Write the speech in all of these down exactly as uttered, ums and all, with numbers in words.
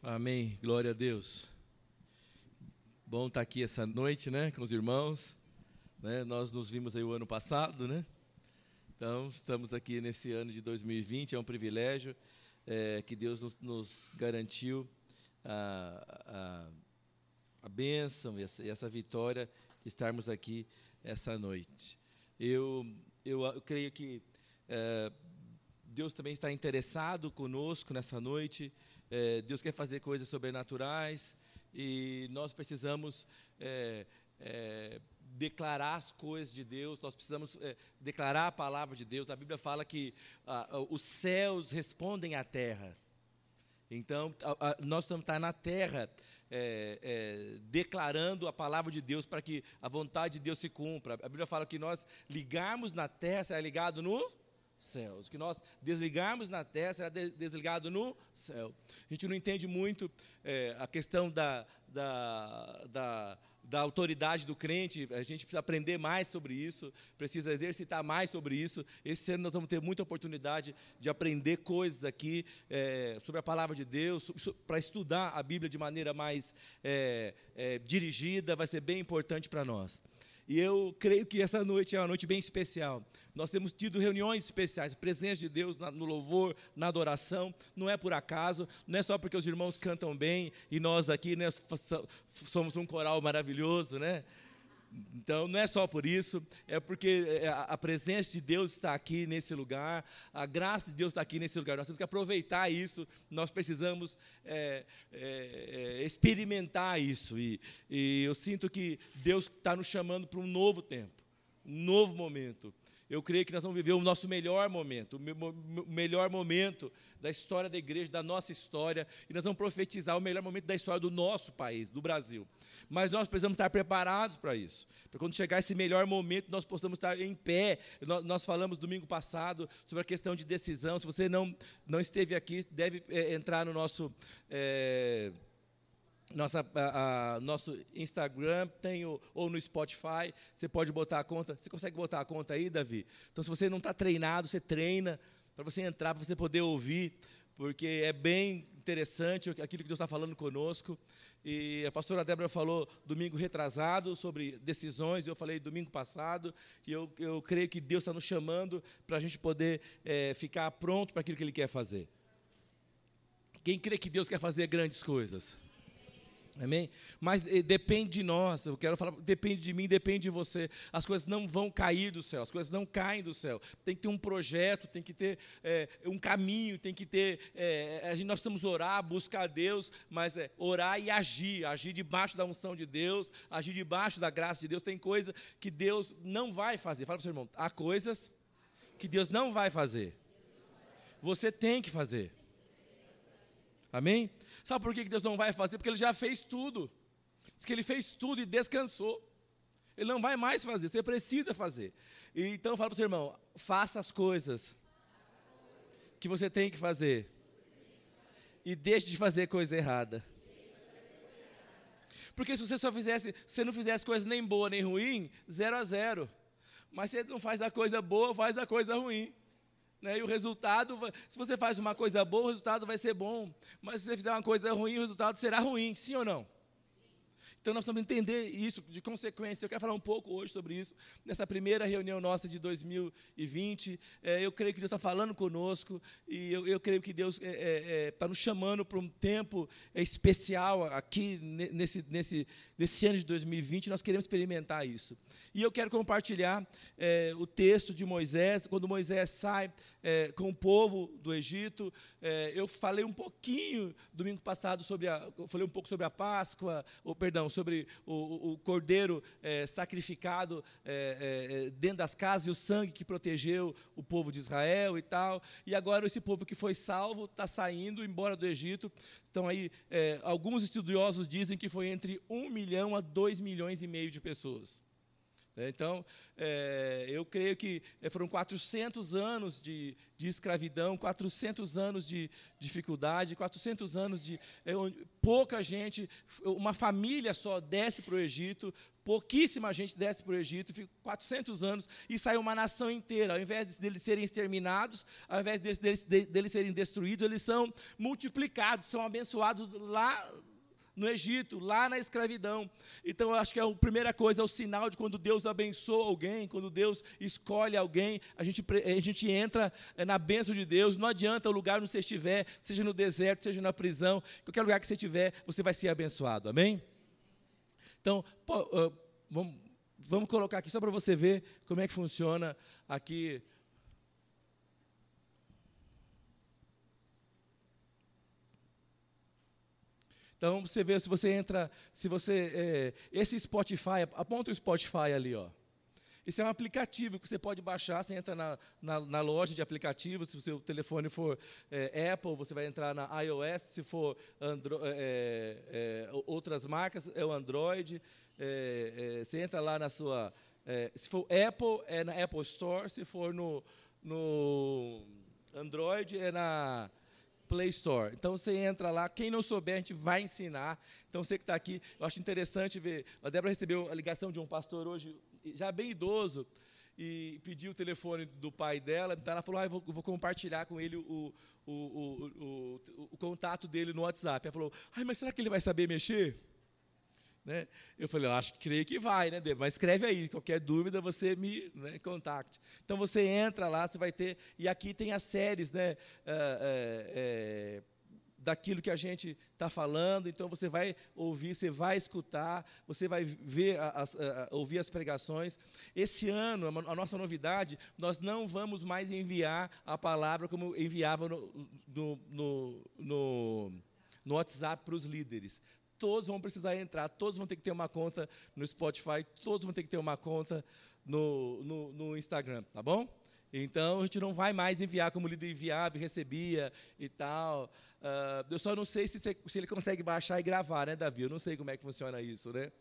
Amém, glória a Deus. Bom estar aqui essa noite, né, com os irmãos, né? Nós nos vimos aí o ano passado, né? Então, estamos aqui nesse ano de dois mil e vinte, é um privilégio é, que Deus nos, nos garantiu a, a, a bênção e essa, e essa vitória de estarmos aqui essa noite. Eu, eu, eu creio que é, Deus também está interessado conosco nessa noite. É, Deus quer fazer coisas sobrenaturais e nós precisamos é, é, declarar as coisas de Deus, nós precisamos é, declarar a palavra de Deus. A Bíblia fala que a, a, os céus respondem à terra. Então, a, a, nós precisamos estar na terra é, é, declarando a palavra de Deus para que a vontade de Deus se cumpra. A Bíblia fala que nós ligarmos na terra será ligado no céus, que nós desligarmos na terra será desligado no céu. A gente não entende muito é, a questão da, da, da, da autoridade do crente. A gente precisa aprender mais sobre isso, precisa exercitar mais sobre isso. Esse ano nós vamos ter muita oportunidade de aprender coisas aqui é, sobre a palavra de Deus, para estudar a Bíblia de maneira mais é, é, dirigida. Vai ser bem importante para nós. E eu creio que essa noite é uma noite bem especial. Nós temos tido reuniões especiais, presença de Deus no louvor, na adoração. Não é por acaso, não é só porque os irmãos cantam bem e nós aqui, né, somos um coral maravilhoso, né? Então, não é só por isso, é porque a presença de Deus está aqui nesse lugar, a graça de Deus está aqui nesse lugar. Nós temos que aproveitar isso, nós precisamos é, é, experimentar isso. E, e eu sinto que Deus está nos chamando para um novo tempo, um novo momento. Eu creio que nós vamos viver o nosso melhor momento, o melhor momento da história da igreja, da nossa história, e nós vamos profetizar o melhor momento da história do nosso país, do Brasil. Mas nós precisamos estar preparados para isso, para quando chegar esse melhor momento, nós possamos estar em pé. Nós falamos domingo passado sobre a questão de decisão. Se você não, não esteve aqui, deve é, entrar no nosso... É, Nossa, a, a, nosso Instagram, tem o, ou no Spotify, você pode botar a conta. Você consegue botar a conta aí, Davi? Então, se você não está treinado, você treina para você entrar, para você poder ouvir, porque é bem interessante aquilo que Deus está falando conosco. E a pastora Débora falou domingo retrasado sobre decisões, eu falei domingo passado, e eu, eu creio que Deus está nos chamando para a gente poder é, ficar pronto para aquilo que Ele quer fazer. Quem crê que Deus quer fazer grandes coisas? Amém? Mas eh, depende de nós, eu quero falar, depende de mim, depende de você. As coisas não vão cair do céu, as coisas não caem do céu. Tem que ter um projeto, tem que ter é, um caminho, tem que ter. É, a gente, nós precisamos orar, buscar Deus, mas é, orar e agir, agir debaixo da unção de Deus, agir debaixo da graça de Deus. Tem coisa que Deus não vai fazer. Fala para o seu irmão, há coisas que Deus não vai fazer. Você tem que fazer. Amém? Sabe por que Deus não vai fazer? Porque Ele já fez tudo. Diz que Ele fez tudo e descansou. Ele não vai mais fazer, você precisa fazer. E, então, fala para o seu irmão, faça as coisas que você tem que fazer. E deixe de fazer coisa errada. Porque se você só fizesse, se você não fizesse coisa nem boa nem ruim, zero a zero. Mas se você não faz a coisa boa, faz a coisa ruim. Né? E o resultado, se você faz uma coisa boa, o resultado vai ser bom. Mas se você fizer uma coisa ruim, o resultado será ruim, sim ou não? Então, nós precisamos entender isso de consequência. Eu quero falar um pouco hoje sobre isso. Nessa primeira reunião nossa de dois mil e vinte, é, eu creio que Deus está falando conosco, e eu, eu creio que Deus está é, é, é, nos chamando para um tempo é, especial aqui, nesse, nesse, nesse ano de dois mil e vinte, nós queremos experimentar isso. E eu quero compartilhar é, o texto de Moisés, quando Moisés sai é, com o povo do Egito. É, eu falei um pouquinho, domingo passado, sobre a, eu falei um pouco sobre a Páscoa, ou, perdão, sobre o, o cordeiro é, sacrificado é, é, dentro das casas e o sangue que protegeu o povo de Israel e tal. E agora esse povo que foi salvo está saindo embora do Egito. Então aí, é, alguns estudiosos dizem que foi entre um milhão a dois milhões e meio de pessoas. Então, é, eu creio que foram quatrocentos anos de, de escravidão, quatrocentos anos de dificuldade, quatrocentos anos de... É, pouca gente, uma família só desce para o Egito, pouquíssima gente desce para o Egito, quatrocentos anos, e sai uma nação inteira. Ao invés deles serem exterminados, ao invés deles, deles, deles serem destruídos, eles são multiplicados, são abençoados lá no Egito, lá na escravidão. Então, eu acho que é a primeira coisa, é o sinal de quando Deus abençoa alguém, quando Deus escolhe alguém, a gente, a gente entra na bênção de Deus. Não adianta o lugar onde você estiver, seja no deserto, seja na prisão, qualquer lugar que você estiver, você vai ser abençoado, amém? Então, pô, uh, vamos, vamos colocar aqui, só para você ver como é que funciona aqui. Então, você vê, se você entra, se você, é, esse Spotify, aponta o Spotify ali, ó. Esse é um aplicativo que você pode baixar, você entra na, na, na loja de aplicativos, se o seu telefone for é, Apple, você vai entrar na iOS, se for Andro, é, é, outras marcas, é o Android, é, é, você entra lá na sua, é, se for Apple, é na Apple Store, se for no, no Android, é na Play Store. Então, você entra lá, quem não souber, a gente vai ensinar. Então, você que está aqui, eu acho interessante ver, a Débora recebeu a ligação de um pastor hoje, já bem idoso, e pediu o telefone do pai dela, então ela falou, ah, eu vou, eu vou compartilhar com ele o, o, o, o, o, o contato dele no WhatsApp. Ela falou, ai, mas será que ele vai saber mexer? Né? Eu falei, eu acho que creio que vai, né, Débora? Mas escreve aí, qualquer dúvida você me, né, contacte. Então você entra lá, você vai ter, e aqui tem as séries, né, é, é, é, daquilo que a gente está falando, então você vai ouvir, você vai escutar, você vai ver as, a, a, ouvir as pregações. Esse ano, a, a nossa novidade, nós não vamos mais enviar a palavra como enviava no, no, no, no, no WhatsApp para os líderes. Todos vão precisar entrar, todos vão ter que ter uma conta no Spotify, todos vão ter que ter uma conta no, no, no Instagram, tá bom? Então, a gente não vai mais enviar como o líder enviava e recebia e tal. Uh, eu só não sei se, se ele consegue baixar e gravar, né, Davi? Eu não sei como é que funciona isso, né?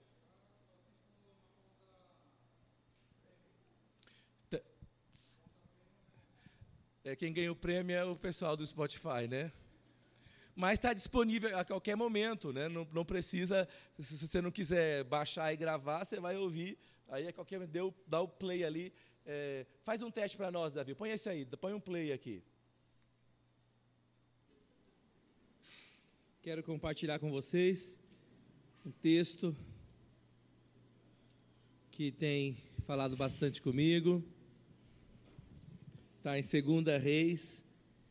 É, quem ganha o prêmio é o pessoal do Spotify, né? Mas está disponível a qualquer momento, né? Não, não precisa, se você não quiser baixar e gravar, você vai ouvir, aí a qualquer momento, deu, dá o play ali. É, faz um teste para nós, Davi, põe esse aí, põe um play aqui. Quero compartilhar com vocês um texto que tem falado bastante comigo. Está em Segunda Reis,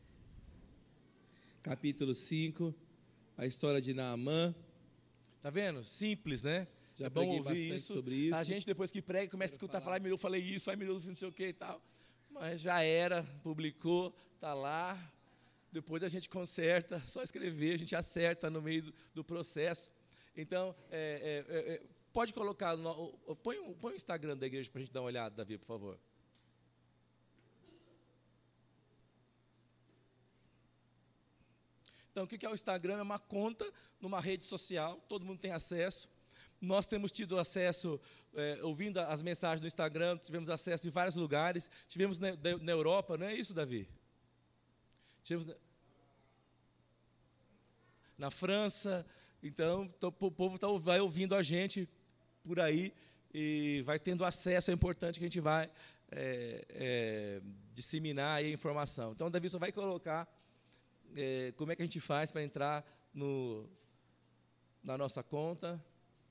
capítulo cinco, a história de Naamã. Tá vendo? Simples, né? Já é bom ouvir isso. Sobre isso. A gente, depois que prega, começa a escutar, falar, ai, eu falei isso, ai, meu, não sei o que e tal. Mas já era, publicou, está lá. Depois a gente conserta, só escrever, a gente acerta no meio do, do processo. Então, é, é, é, pode colocar, no, põe, um, põe o Instagram da igreja para a gente dar uma olhada, Davi, por favor. Então, o que é o Instagram? É uma conta numa rede social, todo mundo tem acesso. Nós temos tido acesso, é, ouvindo as mensagens do Instagram, tivemos acesso em vários lugares, tivemos na, na Europa, não é isso, Davi? Tivemos na, na França, então, então o povo tá, vai ouvindo a gente por aí e vai tendo acesso, é importante que a gente vai é, é, disseminar aí a informação. Então, o Davi só vai colocar é, como é que a gente faz para entrar no, na nossa conta.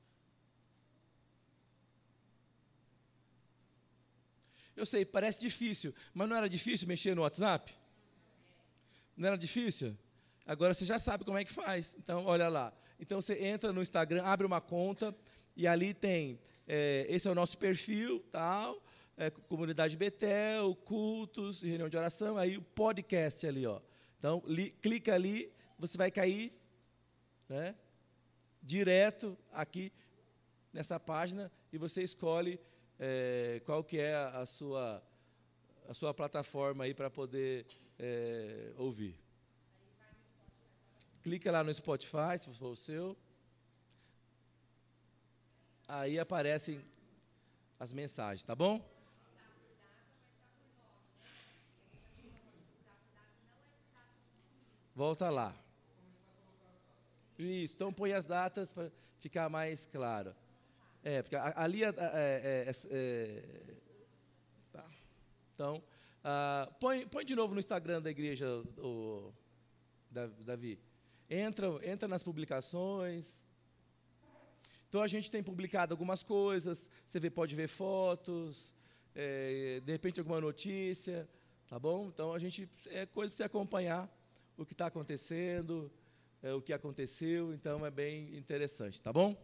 Eu sei, parece difícil, mas não era difícil mexer no WhatsApp? Não era difícil? Agora você já sabe como é que faz. Então, olha lá. Então, você entra no Instagram, abre uma conta, e ali tem, é, esse é o nosso perfil, tal, é, Comunidade Betel, cultos, reunião de oração, aí o podcast ali, ó. Então, li, clica ali, você vai cair, né, direto aqui nessa página, e você escolhe É, qual que é a, a, sua, a sua plataforma aí para poder é, ouvir. Clica lá no Spotify, se for o seu. Aí aparecem as mensagens, tá bom? Volta lá. Isso, então põe as datas para ficar mais claro. É, porque ali é, é, é, é, tá. Então, ah, põe, põe de novo no Instagram da igreja, o, Davi. Entra, entra nas publicações. Então a gente tem publicado algumas coisas, você vê, pode ver fotos, é, de repente alguma notícia, tá bom? Então a gente é coisa para você acompanhar o que está acontecendo, é, o que aconteceu, então é bem interessante, tá bom?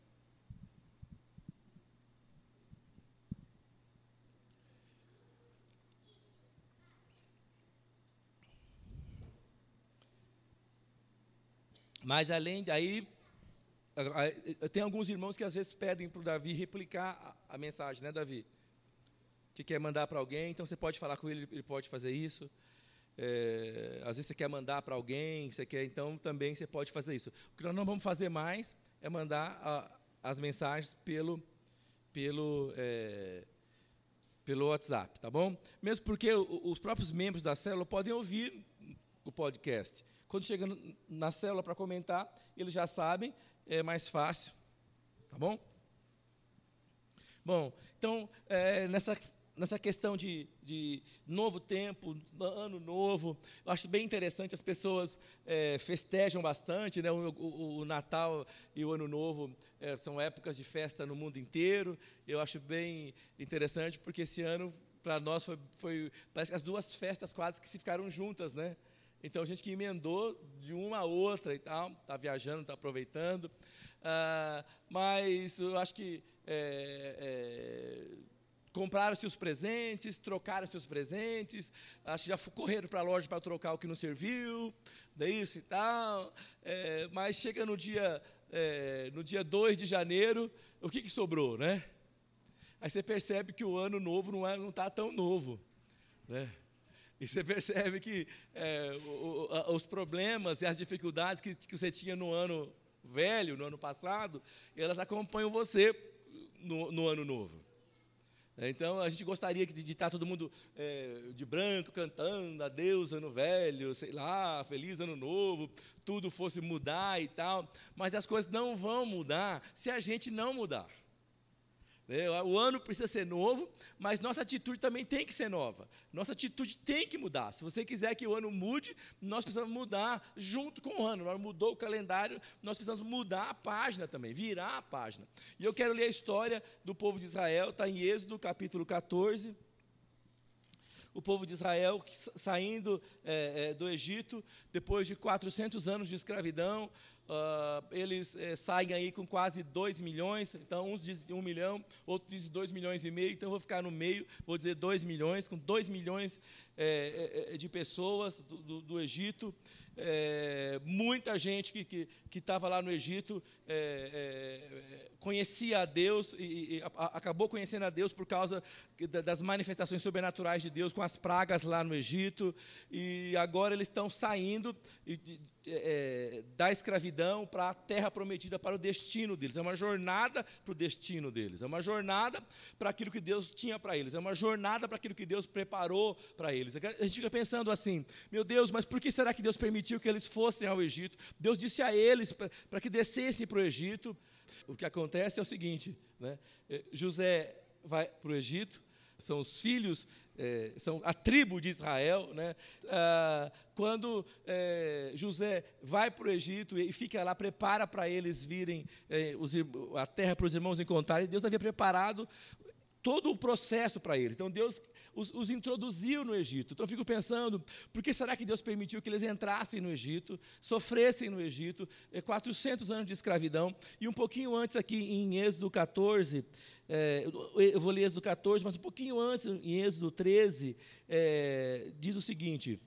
Mas além de aí, tem alguns irmãos que às vezes pedem para o Davi replicar a, a mensagem, né, Davi? Que quer mandar para alguém, então você pode falar com ele, ele pode fazer isso. É, às vezes você quer mandar para alguém, você quer, então também você pode fazer isso. O que nós não vamos fazer mais é mandar a, as mensagens pelo, pelo, é, pelo WhatsApp, tá bom? Mesmo porque o, os próprios membros da célula podem ouvir o podcast. Quando chega na célula para comentar, eles já sabem, é mais fácil, tá bom? Bom, então, é, nessa... Nessa questão de, de novo tempo, ano novo, eu acho bem interessante, as pessoas é, festejam bastante, né? o, o, o Natal e o Ano Novo é, são épocas de festa no mundo inteiro. Eu acho bem interessante, porque esse ano, para nós, foi, foi, parece que as duas festas quase que se ficaram juntas, né? Então, a gente que emendou de uma a outra e tal, está viajando, está aproveitando. Ah, mas eu acho que... É, é, compraram-se os presentes, trocaram-se os presentes, acho que já correram para a loja para trocar o que não serviu, daí isso e tal, é, mas chega no dia, é, no dia dois de janeiro, o que, que sobrou, né? Aí você percebe que o ano novo não é, não está tão novo, né? E você percebe que é, o, o, os problemas e as dificuldades que, que você tinha no ano velho, no ano passado, elas acompanham você no, no ano novo. Então, a gente gostaria de estar todo mundo é, de branco, cantando adeus, ano velho, sei lá, feliz ano novo, tudo fosse mudar e tal, mas as coisas não vão mudar se a gente não mudar. O ano precisa ser novo, mas nossa atitude também tem que ser nova. Nossa atitude tem que mudar. Se você quiser que o ano mude, nós precisamos mudar junto com o ano. Nós mudou o calendário, nós precisamos mudar a página também, virar a página. E eu quero ler a história do povo de Israel, está em Êxodo, capítulo catorze. O povo de Israel saindo é, é, do Egito, depois de quatrocentos anos de escravidão, Uh, eles eh, saem aí com quase dois milhões, então uns dizem um milhão, outros dizem dois milhões e meio, então eu vou ficar no meio, vou dizer dois milhões, com dois milhões eh, eh, de pessoas do, do, do Egito, eh, muita gente que estava lá no Egito eh, eh, conhecia a Deus e, e a, a, acabou conhecendo a Deus por causa das manifestações sobrenaturais de Deus com as pragas lá no Egito, e agora eles estão saindo e, É, da escravidão para a terra prometida, para o destino deles. É uma jornada para o destino deles. É uma jornada para aquilo que Deus tinha para eles. É uma jornada para aquilo que Deus preparou para eles. A gente fica pensando assim, meu Deus, mas por que será que Deus permitiu que eles fossem ao Egito? Deus disse a eles para que descessem para o Egito. O que acontece é o seguinte, né? José vai para o Egito, são os filhos, é, são a tribo de Israel, né? Ah, quando é, José vai para o Egito e fica lá, prepara para eles virem é, os, a terra para os irmãos encontrarem, Deus havia preparado todo o processo para eles. Então, Deus os, os introduziu no Egito. Então, eu fico pensando, por que será que Deus permitiu que eles entrassem no Egito, sofressem no Egito, é, quatrocentos anos de escravidão, e um pouquinho antes aqui em Êxodo catorze, é, eu vou ler Êxodo catorze, mas um pouquinho antes, em Êxodo treze, é, diz o seguinte,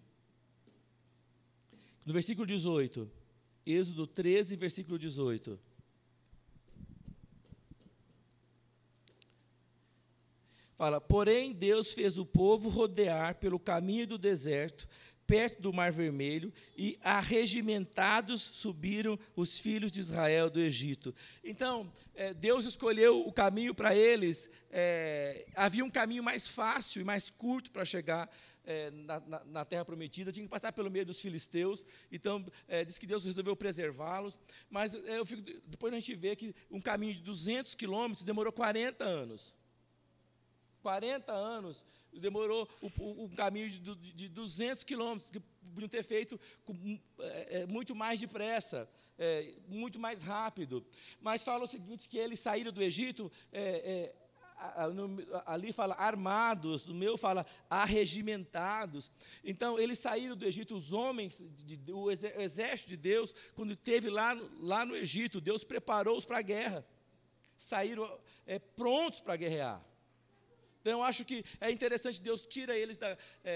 no versículo dezoito, Êxodo treze, versículo dezoito, fala, porém Deus fez o povo rodear pelo caminho do deserto, perto do Mar Vermelho, e arregimentados subiram os filhos de Israel do Egito. Então, é, Deus escolheu o caminho para eles. É, havia um caminho mais fácil e mais curto para chegar é, na, na, na terra prometida, tinha que passar pelo meio dos filisteus. Então, é, diz que Deus resolveu preservá-los. Mas é, eu fico, depois a gente vê que um caminho de duzentos quilômetros demorou quarenta anos. quarenta anos, demorou o, o, o caminho de, de duzentos quilômetros, que podiam ter feito com, é, muito mais depressa, é, muito mais rápido. Mas fala o seguinte, que eles saíram do Egito, é, é, a, a, no, ali fala armados, no meu fala arregimentados. Então, eles saíram do Egito, os homens, de, de, o exército de Deus, quando esteve lá, lá no Egito, Deus preparou-os para a guerra. Saíram é, prontos para guerrear. Então, eu acho que é interessante, Deus tira eles da, é,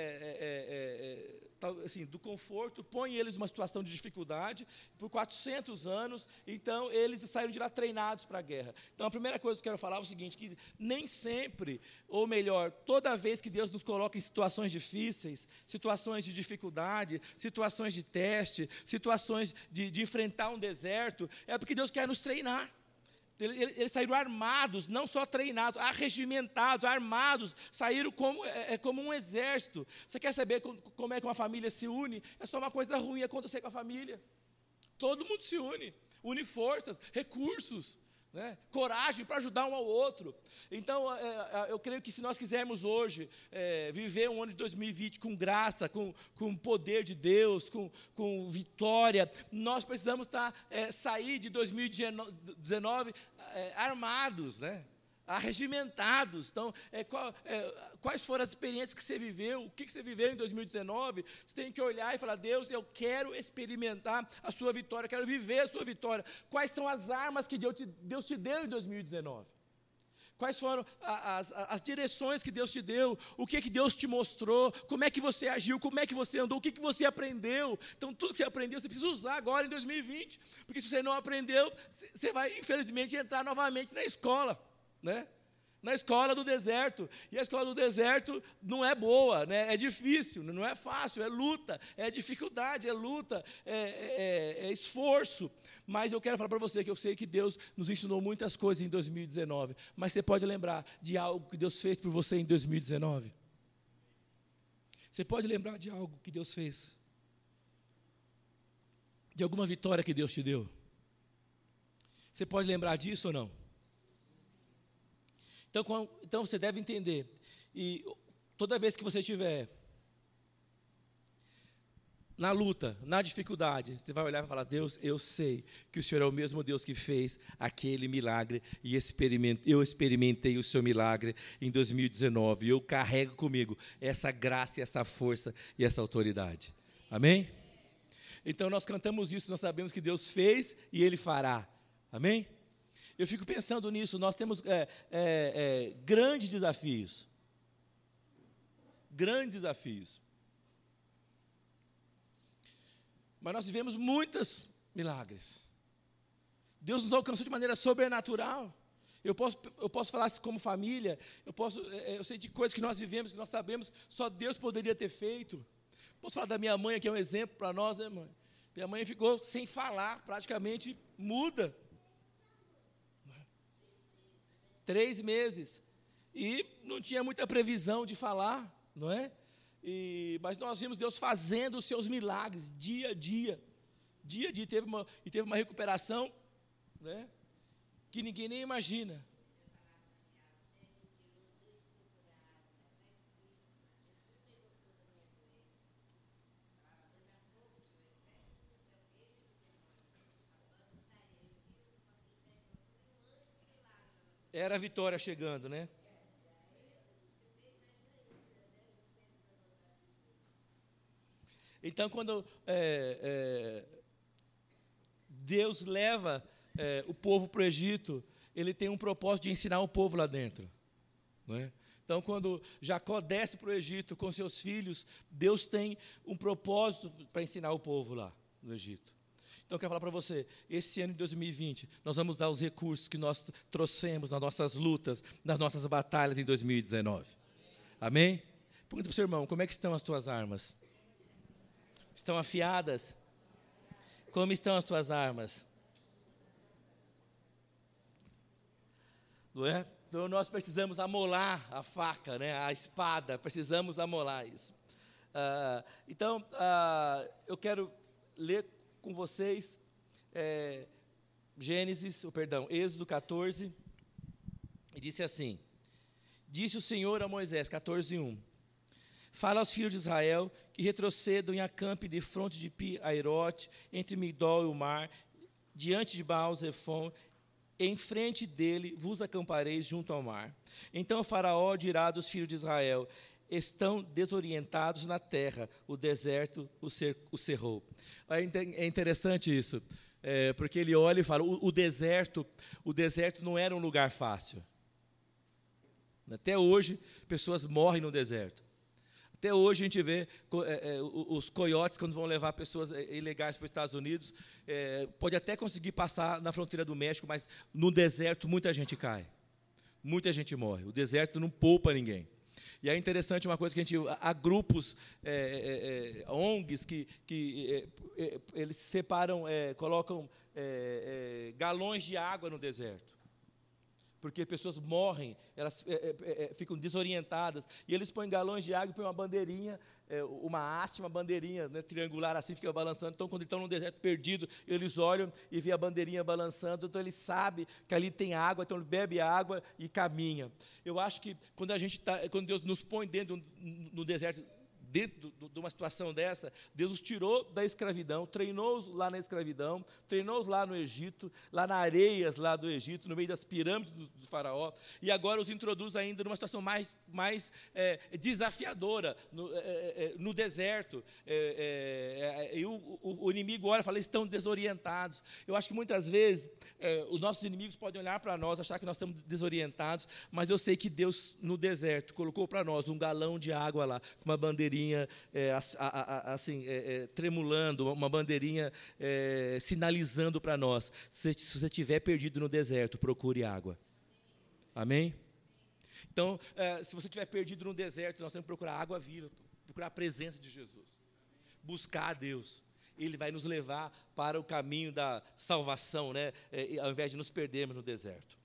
é, é, assim, do conforto, põe eles numa situação de dificuldade, por quatrocentos anos, então, eles saíram de lá treinados para a guerra. Então, a primeira coisa que eu quero falar é o seguinte, que nem sempre, ou melhor, toda vez que Deus nos coloca em situações difíceis, situações de dificuldade, situações de teste, situações de, de enfrentar um deserto, é porque Deus quer nos treinar. Eles saíram armados, não só treinados, arregimentados, armados, saíram como, é, como um exército. Você quer saber como, como é que uma família se une? É só uma coisa ruim acontecer com a família. Todo mundo se une, une forças, recursos, né? Coragem para ajudar um ao outro. Então, é, eu creio que se nós quisermos hoje é, viver um ano de dois mil e vinte com graça, com, com o poder de Deus, com, com vitória, nós precisamos tá, é, sair de dois mil e dezenove é, armados, né? Arregimentados. Então, é, qual, é, quais foram as experiências que você viveu, o que, que você viveu em dois mil e dezenove, você tem que olhar e falar, Deus, eu quero experimentar a sua vitória, eu quero viver a sua vitória. Quais são as armas que Deus te, Deus te deu em dois mil e dezenove? Quais foram as, as, as direções que Deus te deu, o que, que Deus te mostrou, como é que você agiu, como é que você andou, o que, que você aprendeu. Então, tudo que você aprendeu, você precisa usar agora em dois mil e vinte, porque se você não aprendeu, você vai, infelizmente, entrar novamente na escola. Né? Na escola do deserto, e a escola do deserto não é boa, né? É difícil, não é fácil, é luta, é dificuldade, é luta, é, é, é esforço, mas eu quero falar para você que eu sei que Deus nos ensinou muitas coisas em dois mil e dezenove, mas você pode lembrar de algo que Deus fez por você em dois mil e dezenove? Você pode lembrar de algo que Deus fez? De alguma vitória que Deus te deu? Você pode lembrar disso ou não? Então, então você deve entender, e toda vez que você estiver na luta, na dificuldade, você vai olhar e falar, Deus, eu sei que o Senhor é o mesmo Deus que fez aquele milagre, e experimentei, eu experimentei o seu milagre em dois mil e dezenove, e eu carrego comigo essa graça, essa força e essa autoridade. Amém? Então nós cantamos isso, nós sabemos que Deus fez e Ele fará. Amém? Eu fico pensando nisso, nós temos é, é, é, grandes desafios. Grandes desafios. Mas nós vivemos muitos milagres. Deus nos alcançou de maneira sobrenatural. Eu posso, eu posso falar assim como família, eu, posso, eu sei de coisas que nós vivemos, que nós sabemos, só Deus poderia ter feito. Posso falar da minha mãe, que é um exemplo para nós, né, mãe? Minha mãe ficou sem falar, praticamente muda. Três meses, e não tinha muita previsão de falar, não é? E, mas nós vimos Deus fazendo os seus milagres, dia a dia, dia a dia, teve uma, e teve uma recuperação, né? Que ninguém nem imagina. Era a vitória chegando, né? Então, quando é, é, Deus leva é, o povo para o Egito, Ele tem um propósito de ensinar o povo lá dentro. Não é? Então, quando Jacó desce para o Egito com seus filhos, Deus tem um propósito para ensinar o povo lá no Egito. Então, eu quero falar para você, esse ano de dois mil e vinte, nós vamos dar os recursos que nós trouxemos nas nossas lutas, nas nossas batalhas em dois mil e dezenove. Amém? Pergunta para o seu irmão, como é que estão as tuas armas? Estão afiadas? Como estão as tuas armas? Não é? Então, nós precisamos amolar a faca, né? A espada, precisamos amolar isso. Ah, então, ah, eu quero ler com vocês é, Gênesis, oh, perdão, Êxodo catorze, e disse assim: disse o Senhor a Moisés, catorze, um: fala aos filhos de Israel que retrocedam e acampem de fronte de Pi-Airote, entre Migdol e o mar, diante de Baal-Zephon, em frente dele vos acampareis junto ao mar. Então o Faraó dirá dos filhos de Israel: estão desorientados na terra, o deserto o, cer o cerrou. É interessante isso, é, porque ele olha e fala, o, o deserto, o deserto não era um lugar fácil. Até hoje, pessoas morrem no deserto. Até hoje a gente vê é, é, os coiotes, quando vão levar pessoas ilegais para os Estados Unidos, é, pode até conseguir passar na fronteira do México, mas no deserto muita gente cai. Muita gente morre. O deserto não poupa ninguém. E é interessante uma coisa que a gente... Há grupos, é, é, O N Gs, que, que é, é, eles separam, é, colocam é, é, galões de água no deserto. Porque pessoas morrem, elas é, é, é, ficam desorientadas, e eles põem galões de água e põem uma bandeirinha, é, uma haste, uma bandeirinha, né, triangular assim, fica balançando. Então, quando eles estão no deserto perdido, eles olham e vê a bandeirinha balançando, então eles sabem que ali tem água, então ele bebe água e caminha. Eu acho que quando a gente tá, quando Deus nos põe dentro no deserto, dentro de uma situação dessa, Deus os tirou da escravidão, treinou-os lá na escravidão, treinou-os lá no Egito, lá nas areias lá do Egito, no meio das pirâmides do, do faraó, e agora os introduz ainda numa situação mais, mais é, desafiadora, no, é, no deserto, é, é, e o, o, o inimigo olha e fala, eles estão desorientados. Eu acho que muitas vezes é, os nossos inimigos podem olhar para nós, achar que nós estamos desorientados, mas eu sei que Deus no deserto colocou para nós um galão de água lá, com uma bandeirinha É, assim, é, é, tremulando, uma bandeirinha é, sinalizando para nós, se, se você estiver perdido no deserto, procure água. Amém? Então, é, se você estiver perdido no deserto, nós temos que procurar água viva, procurar a presença de Jesus, buscar a Deus. Ele vai nos levar para o caminho da salvação, né? É, ao invés de nos perdermos no deserto.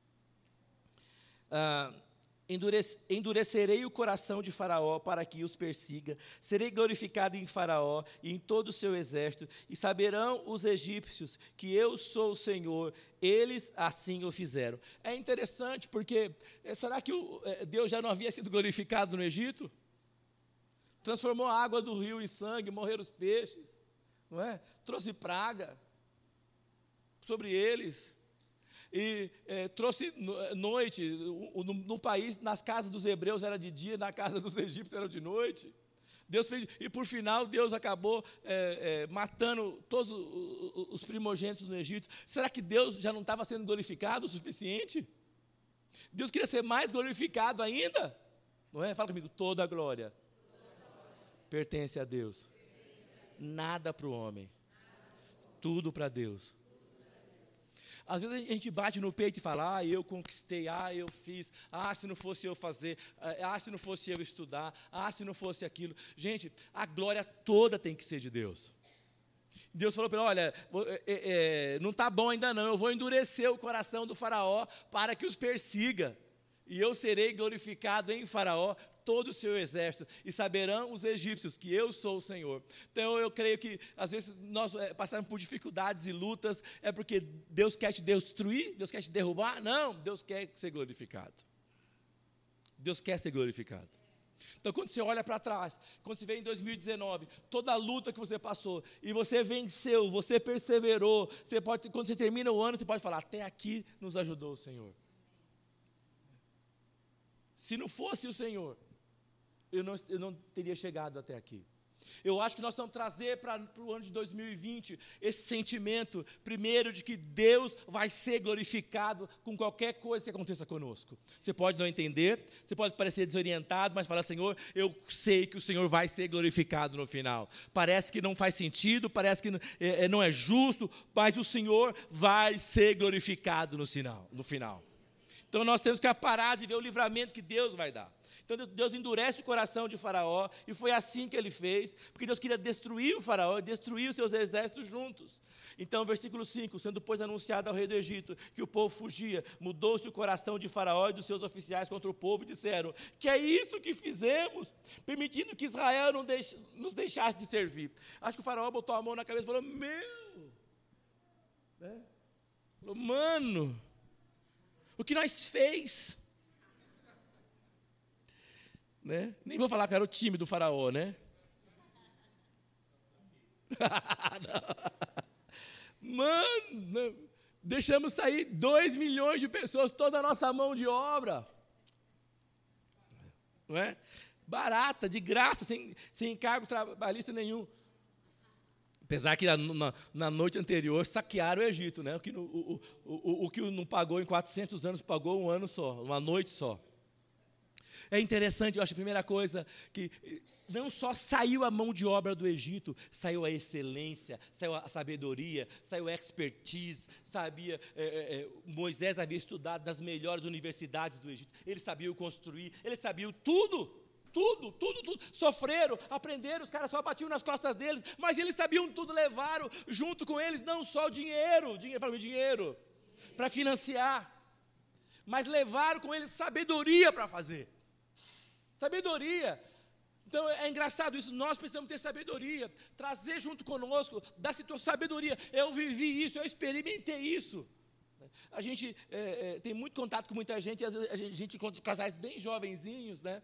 Ah, endurecerei o coração de Faraó para que os persiga, serei glorificado em Faraó e em todo o seu exército, e saberão os egípcios que eu sou o Senhor, eles assim o fizeram. É interessante porque, será que o, Deus já não havia sido glorificado no Egito? Transformou a água do rio em sangue, morreram os peixes, não é? Trouxe praga sobre eles. E é, trouxe noite, no, no país, nas casas dos hebreus era de dia, na casa dos egípcios era de noite. Deus fez, e por final Deus acabou é, é, matando todos os, os primogênitos no Egito. Será que Deus já não estava sendo glorificado o suficiente? Deus queria ser mais glorificado ainda? Não é? Fala comigo, toda a glória pertence a Deus. Nada para o homem, tudo para Deus. Às vezes a gente bate no peito e fala, ah, eu conquistei, ah, eu fiz, ah, se não fosse eu fazer, ah, se não fosse eu estudar, ah, se não fosse aquilo. Gente, a glória toda tem que ser de Deus. Deus falou para ele, olha, é, é, não está bom ainda não, eu vou endurecer o coração do faraó para que os persiga. E eu serei glorificado em Faraó, todo o seu exército, e saberão os egípcios que eu sou o Senhor. Então eu creio que às vezes nós é, passamos por dificuldades e lutas, é porque Deus quer te destruir, Deus quer te derrubar? Não, Deus quer ser glorificado. Deus quer ser glorificado. Então quando você olha para trás, quando você vê em dois mil e dezenove, toda a luta que você passou, e você venceu, você perseverou, você pode, quando você termina o ano, você pode falar, até aqui nos ajudou o Senhor. Se não fosse o Senhor, eu não, eu não teria chegado até aqui. Eu acho que nós vamos trazer para o ano de dois mil e vinte esse sentimento, primeiro, de que Deus vai ser glorificado com qualquer coisa que aconteça conosco. Você pode não entender, você pode parecer desorientado, mas falar, Senhor, eu sei que o Senhor vai ser glorificado no final. Parece que não faz sentido, parece que é, não é justo, mas o Senhor vai ser glorificado no final. No final. Então nós temos que parar de ver o livramento que Deus vai dar. Então Deus endurece o coração de Faraó, e foi assim que ele fez, porque Deus queria destruir o Faraó e destruir os seus exércitos juntos. Então, versículo cinco, sendo pois anunciado ao rei do Egito que o povo fugia, mudou-se o coração de Faraó e dos seus oficiais contra o povo, e disseram: que é isso que fizemos, permitindo que Israel não deixe, nos deixasse de servir. Acho que o Faraó botou a mão na cabeça e falou: meu, né? Falou, mano, o que nós fez? Né? Nem vou falar que era o time do Faraó, né? Mano, deixamos sair dois milhões de pessoas, toda a nossa mão de obra. Não é? Barata, de graça, sem, sem encargo trabalhista nenhum. Apesar que na, na noite anterior saquearam o Egito, né? O que, o, o, o, o que não pagou em quatrocentos anos, pagou um ano só, uma noite só. É interessante, eu acho a primeira coisa, que não só saiu a mão de obra do Egito, saiu a excelência, saiu a sabedoria, saiu a expertise, sabia, é, é, Moisés havia estudado nas melhores universidades do Egito, eles sabiam construir, eles sabiam tudo, tudo, tudo, tudo, sofreram, aprenderam, os caras só batiam nas costas deles, mas eles sabiam tudo, levaram junto com eles não só o dinheiro, dinheiro, dinheiro para financiar, mas levaram com eles sabedoria para fazer. Sabedoria. Então é engraçado isso, nós precisamos ter sabedoria, trazer junto conosco, dar sabedoria. Eu vivi isso, eu experimentei isso. A gente é, é, tem muito contato com muita gente, às vezes a gente, a gente encontra casais bem jovenzinhos, né?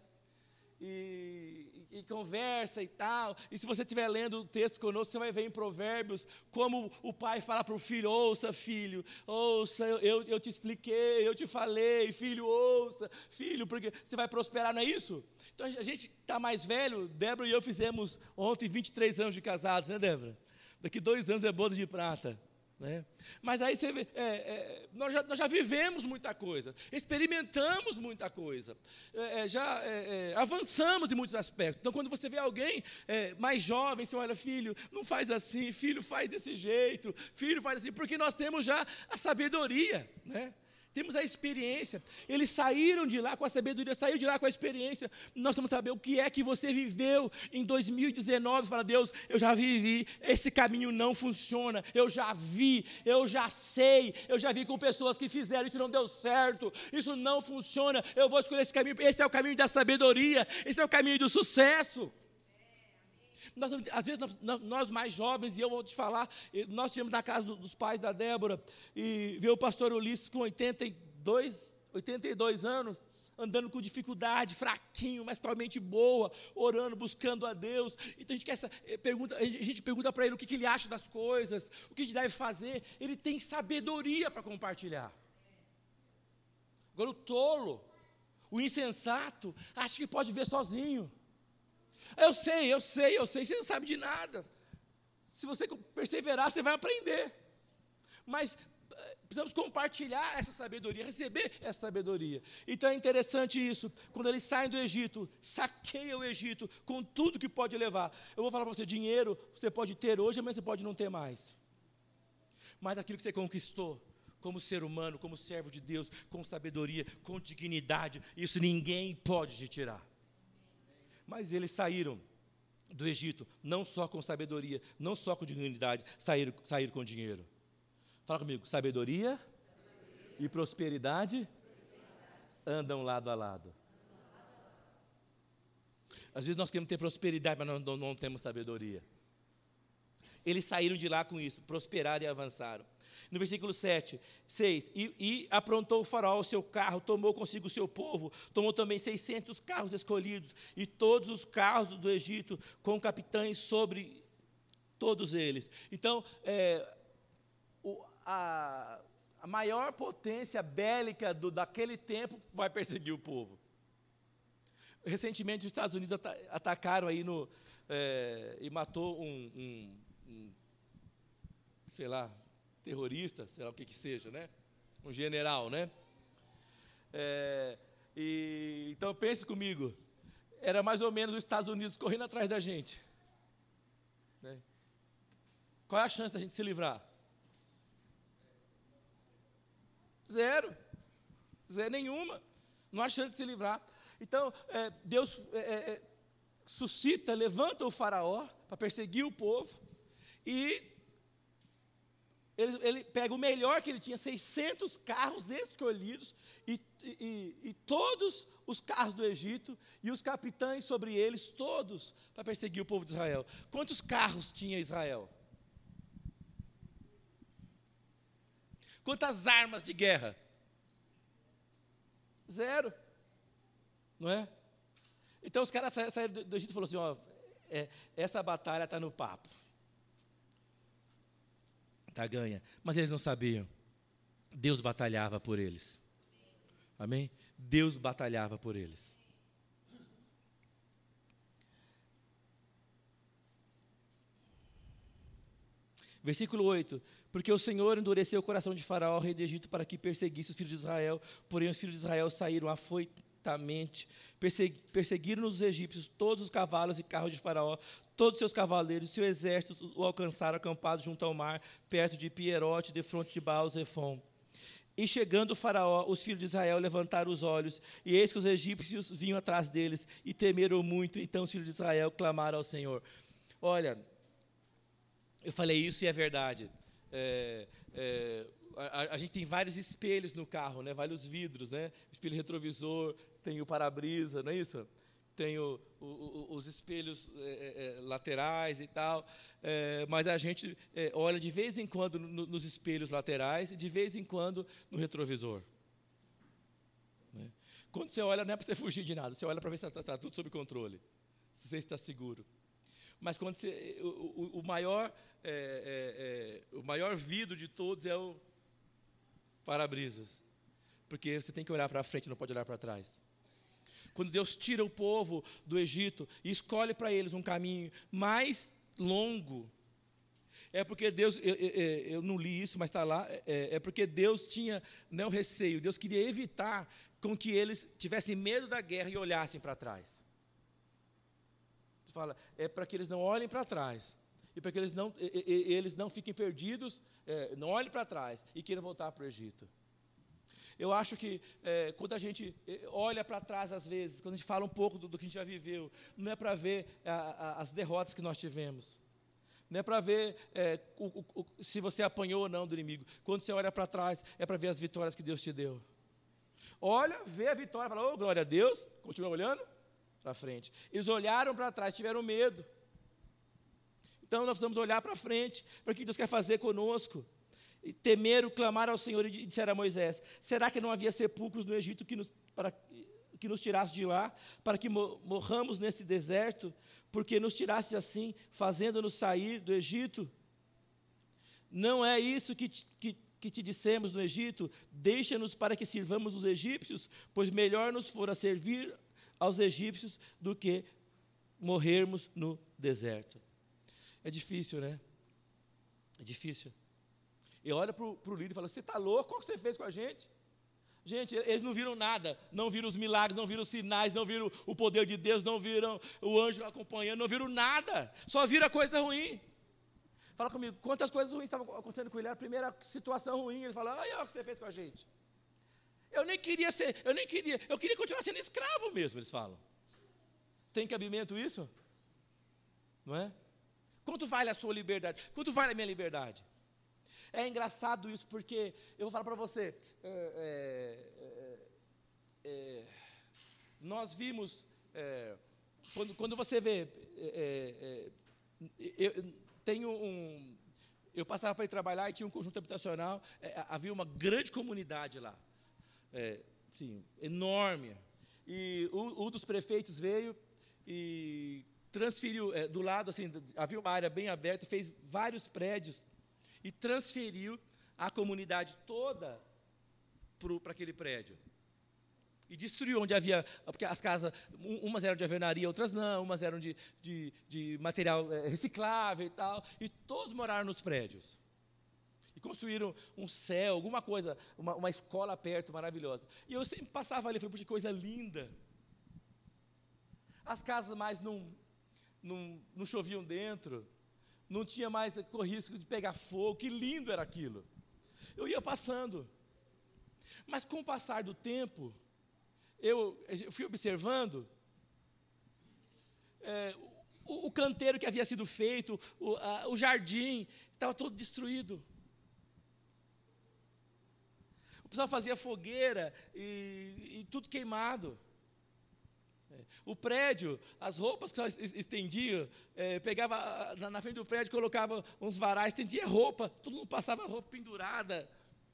E, e, e conversa e tal, e se você estiver lendo o texto conosco, você vai ver em Provérbios, como o pai fala para o filho: ouça filho, ouça, eu, eu te expliquei, eu te falei, filho, ouça, filho, porque você vai prosperar, não é isso? Então a gente está mais velho, Débora e eu fizemos ontem vinte e três anos de casados, né, Débora? Daqui dois anos é boda de prata. Né? Mas aí você vê, é, é, nós, já, nós já vivemos muita coisa, experimentamos muita coisa, é, é, já é, é, avançamos em muitos aspectos. Então, quando você vê alguém é, mais jovem, você olha: filho, não faz assim, filho, faz desse jeito, filho, faz assim, porque nós temos já a sabedoria, né? Temos a experiência. Eles saíram de lá com a sabedoria, saíram de lá com a experiência. Nós vamos saber o que é que você viveu em dois mil e dezenove. Fala: Deus, eu já vivi, esse caminho não funciona, eu já vi, eu já sei, eu já vi com pessoas que fizeram, isso não deu certo, isso não funciona, eu vou escolher esse caminho. Esse é o caminho da sabedoria, esse é o caminho do sucesso. Nós, às vezes nós, nós mais jovens, e eu vou te falar, nós estivemos na casa dos pais da Débora, e veio o pastor Ulisses com oitenta e dois anos, andando com dificuldade, fraquinho, mas com a mente boa, orando, buscando a Deus. Então a gente, quer essa, pergunta, a gente pergunta para ele o que, que ele acha das coisas, o que a gente deve fazer. Ele tem sabedoria para compartilhar. Agora o tolo, o insensato, acha que pode ver sozinho. Eu sei, eu sei, eu sei, você não sabe de nada. Se você perseverar, você vai aprender. Mas precisamos compartilhar essa sabedoria, receber essa sabedoria. Então é interessante isso, quando eles saem do Egito, saqueiam o Egito com tudo que pode levar. Eu vou falar para você: dinheiro você pode ter hoje, mas você pode não ter mais. Mas aquilo que você conquistou, como ser humano, como servo de Deus, com sabedoria, com dignidade, isso ninguém pode te tirar. Mas eles saíram do Egito, não só com sabedoria, não só com dignidade, saíram, saíram com dinheiro. Fala comigo: sabedoria, sabedoria. E prosperidade, prosperidade andam lado a lado. Às vezes nós queremos ter prosperidade, mas não, não, não temos sabedoria. Eles saíram de lá com isso, prosperaram e avançaram. No versículo sete, seis, e, e aprontou o faraó o seu carro, tomou consigo o seu povo, tomou também seiscentos carros escolhidos, e todos os carros do Egito, com capitães sobre todos eles. Então, é, o, a, a maior potência bélica do, daquele tempo vai perseguir o povo. Recentemente, os Estados Unidos ata, atacaram aí no, é, e matou um, um, um, sei lá, terrorista, sei lá o que que seja, né? Um general, né? É, e, então pense comigo, era mais ou menos os Estados Unidos correndo atrás da gente, né? Qual é a chance da gente se livrar? Zero. Zé nenhuma. Não há chance de se livrar. Então, é, Deus é, é, suscita, levanta o faraó para perseguir o povo. E ele, ele pega o melhor que ele tinha, seiscentos carros escolhidos. E, e, e todos os carros do Egito. E os capitães sobre eles, todos, para perseguir o povo de Israel. Quantos carros tinha Israel? Quantas armas de guerra? Zero. Não é? Então os caras saíram do Egito e falaram assim, ó, é, essa batalha está no papo. Está ganha. Mas eles não sabiam. Deus batalhava por eles. Amém? Deus batalhava por eles. Versículo oito. Porque o Senhor endureceu o coração de Faraó, rei do Egito, para que perseguisse os filhos de Israel. Porém, os filhos de Israel saíram afoitamente, persegui, perseguiram os egípcios, todos os cavalos e carros de Faraó, todos os seus cavaleiros, seu exército o alcançaram acampado junto ao mar, perto de Pierote, defronte de Baal-Zephon. E chegando o Faraó, os filhos de Israel levantaram os olhos, e eis que os egípcios vinham atrás deles, e temeram muito. Então os filhos de Israel clamaram ao Senhor. Olha, eu falei isso e é verdade. É, é, a, a gente tem vários espelhos no carro, né? Vários vidros, né? Espelho retrovisor, tem o para-brisa, não é isso? Tem o, o, o, os espelhos é, é, laterais e tal, é, mas a gente é, olha de vez em quando no, nos espelhos laterais e de vez em quando no retrovisor. Né? Quando você olha, não é para você fugir de nada, você olha para ver se está tá tudo sob controle, se você está seguro. Mas quando você, o, o, o, maior, é, é, é, o maior vidro de todos é o para-brisas. Porque você tem que olhar para frente, não pode olhar para trás. Quando Deus tira o povo do Egito e escolhe para eles um caminho mais longo, é porque Deus, eu, eu, eu não li isso, mas está lá, é, é porque Deus tinha, não, o receio, Deus queria evitar com que eles tivessem medo da guerra e olhassem para trás. Fala, é para que eles não olhem para trás, e para que eles não, e, e, eles não fiquem perdidos, é, não olhem para trás e queiram voltar para o Egito. Eu acho que é, quando a gente olha para trás, às vezes, quando a gente fala um pouco do, do que a gente já viveu, não é para ver a, a, as derrotas que nós tivemos, não é para ver é, o, o, se você apanhou ou não do inimigo. Quando você olha para trás, é para ver as vitórias que Deus te deu. Olha, vê a vitória, fala, oh, glória a Deus, continua olhando para frente. Eles olharam para trás, tiveram medo. Então nós precisamos olhar para frente, para o que Deus quer fazer conosco. E temeram, clamaram ao Senhor e disseram a Moisés, será que não havia sepulcros no Egito que nos, para, que nos tirasse de lá, para que morramos nesse deserto, porque nos tirasse assim, fazendo-nos sair do Egito? Não é isso que, que, que te dissemos no Egito, deixa-nos para que sirvamos os egípcios, pois melhor nos fora servir aos egípcios do que morrermos no deserto. É difícil, né? É difícil. E olha para o líder e fala, você está louco? Qual que você fez com a gente? Gente, eles não viram nada, não viram os milagres, não viram os sinais, não viram o poder de Deus, não viram o anjo acompanhando, não viram nada, só viram a coisa ruim. Fala comigo, quantas coisas ruins estavam acontecendo com ele? Era a primeira situação ruim, eles falam, olha o que você fez com a gente. Eu nem queria ser, eu nem queria, eu queria continuar sendo escravo mesmo, eles falam. Tem cabimento isso? Não é? Quanto vale a sua liberdade? Quanto vale a minha liberdade? É engraçado isso, porque eu vou falar para você, é, é, é, nós vimos, é, quando, quando você vê, é, é, eu tenho um, eu passava para ir trabalhar e tinha um conjunto habitacional, é, havia uma grande comunidade lá, é, sim, enorme, e um, um dos prefeitos veio e transferiu, é, do lado, assim, havia uma área bem aberta, fez vários prédios, e transferiu a comunidade toda para aquele prédio. E destruiu onde havia, porque as casas, umas eram de alvenaria, outras não, umas eram de, de, de material é, reciclável e tal, e todos moraram nos prédios. E construíram um céu, alguma coisa, uma, uma escola perto, maravilhosa. E eu sempre passava ali, falei, puxa, que coisa linda. As casas mais não, não, não choviam dentro, não tinha mais risco de pegar fogo, que lindo era aquilo. Eu ia passando. Mas com o passar do tempo, eu, eu fui observando é, o, o canteiro que havia sido feito, o, a, o jardim, estava todo destruído. O pessoal fazia fogueira e, e tudo queimado. O prédio, as roupas que só estendia, é, pegava na, na frente do prédio, colocava uns varais, estendia roupa, todo mundo passava roupa pendurada.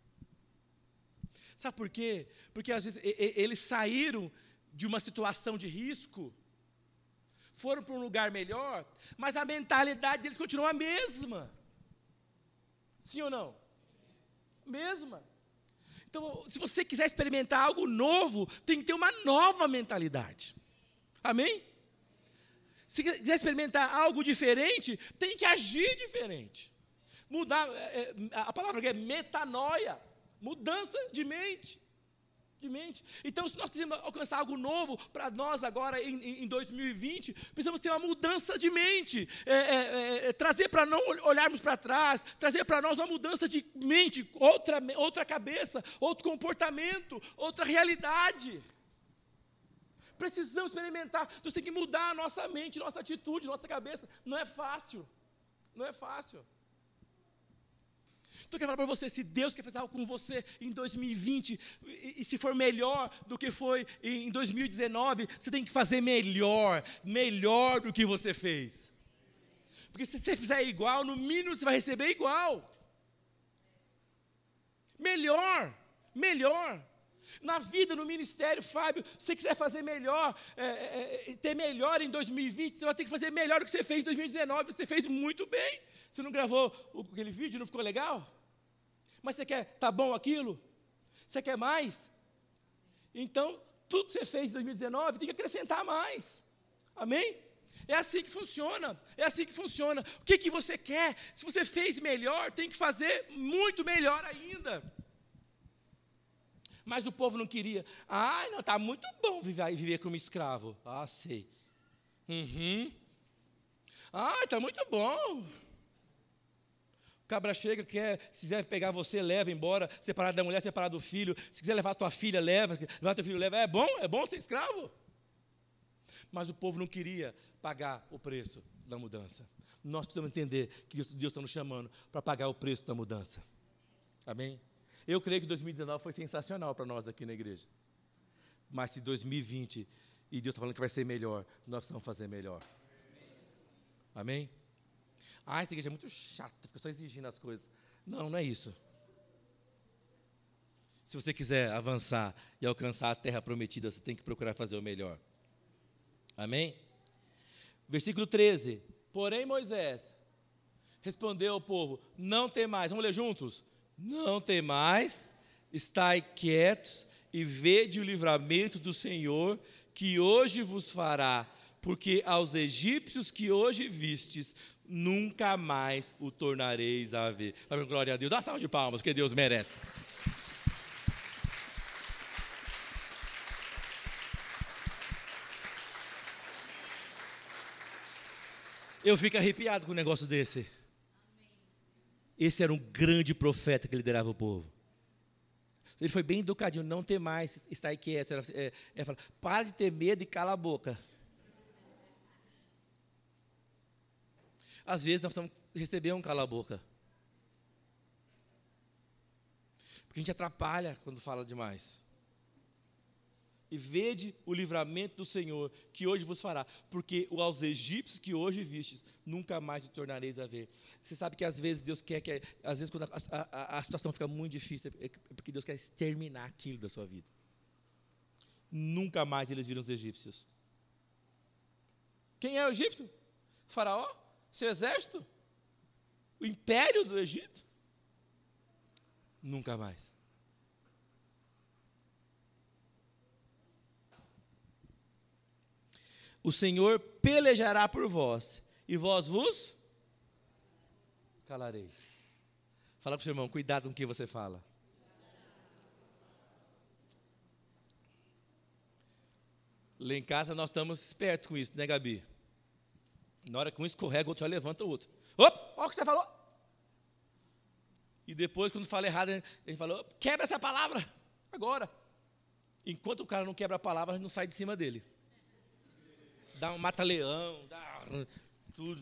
Sabe por quê? Porque às vezes e, e, eles saíram de uma situação de risco, foram para um lugar melhor, mas a mentalidade deles continua a mesma. Sim ou não? Mesma. Então, se você quiser experimentar algo novo, tem que ter uma nova mentalidade. Amém? Se quiser experimentar algo diferente, tem que agir diferente. Mudar, é, a palavra é metanoia, mudança de mente. De mente. Então, se nós quisermos alcançar algo novo para nós agora em, em dois mil e vinte, precisamos ter uma mudança de mente, é, é, é, trazer para não olharmos para trás, trazer para nós uma mudança de mente, outra, outra cabeça, outro comportamento, outra realidade. Precisamos experimentar, nós temos que mudar a nossa mente, nossa atitude, nossa cabeça. Não é fácil, não é fácil. Então eu quero falar para você, se Deus quer fazer algo com você em dois mil e vinte, e, e se for melhor do que foi em dois mil e dezenove, você tem que fazer melhor, melhor do que você fez. Porque se você fizer igual, no mínimo você vai receber igual. Melhor, melhor. Na vida, no ministério, Fábio, se você quiser fazer melhor, é, é, ter melhor em dois mil e vinte, você vai ter que fazer melhor do que você fez em dois mil e dezenove, você fez muito bem. Você não gravou aquele vídeo, não ficou legal? Mas você quer, tá bom aquilo? Você quer mais? Então, tudo que você fez em dois mil e dezenove, tem que acrescentar mais. Amém? É assim que funciona, é assim que funciona. O que, que você quer? Se você fez melhor, tem que fazer muito melhor ainda. Mas o povo não queria. Ah, não, está muito bom viver, viver como escravo. Ah, sei. Uhum. Ah, está muito bom. O cabra chega, quer, se quiser pegar você, leva embora, separado da mulher, separado do filho. Se quiser levar a tua filha, leva. Levar teu filho, leva. É bom, é bom ser escravo. Mas o povo não queria pagar o preço da mudança. Nós precisamos entender que Deus, Deus está nos chamando para pagar o preço da mudança. Amém? Eu creio que dois mil e dezenove foi sensacional para nós aqui na igreja. Mas se dois mil e vinte, e Deus está falando que vai ser melhor, nós precisamos fazer melhor. Amém? Ah, essa igreja é muito chata, fica só exigindo as coisas. Não, não é isso. Se você quiser avançar e alcançar a terra prometida, você tem que procurar fazer o melhor. Amém? Versículo treze. Porém, Moisés respondeu ao povo, não temais. Vamos ler juntos? Não temais, estai quietos e vede o livramento do Senhor, que hoje vos fará, porque aos egípcios que hoje vistes, nunca mais o tornareis a ver. Amém, glória a Deus. Dá uma salva de palmas, porque Deus merece. Eu fico arrepiado com um negócio desse. Esse era um grande profeta que liderava o povo. Ele foi bem educadinho, não tem mais, está quieto. É, é, fala, para de ter medo e cala a boca. Às vezes nós precisamos receber um cala a boca. Porque a gente atrapalha quando fala demais. E vede o livramento do Senhor, que hoje vos fará, porque aos egípcios que hoje vistes, nunca mais o tornareis a ver. Você sabe que às vezes Deus quer, que às vezes quando a, a, a situação fica muito difícil, é porque Deus quer exterminar aquilo da sua vida. Nunca mais eles viram os egípcios. Quem é o egípcio? O faraó? Seu exército? O império do Egito? Nunca mais. O Senhor pelejará por vós, e vós vos calareis. Fala para o seu irmão, cuidado com o que você fala. Lá em casa nós estamos espertos com isso, né, Gabi? Na hora que um escorrega, o outro já levanta o outro. Opa, olha o que você falou. E depois, quando fala errado, ele falou, quebra essa palavra. Agora. Enquanto o cara não quebra a palavra, a gente não sai de cima dele. Dá um mata-leão, dá tudo.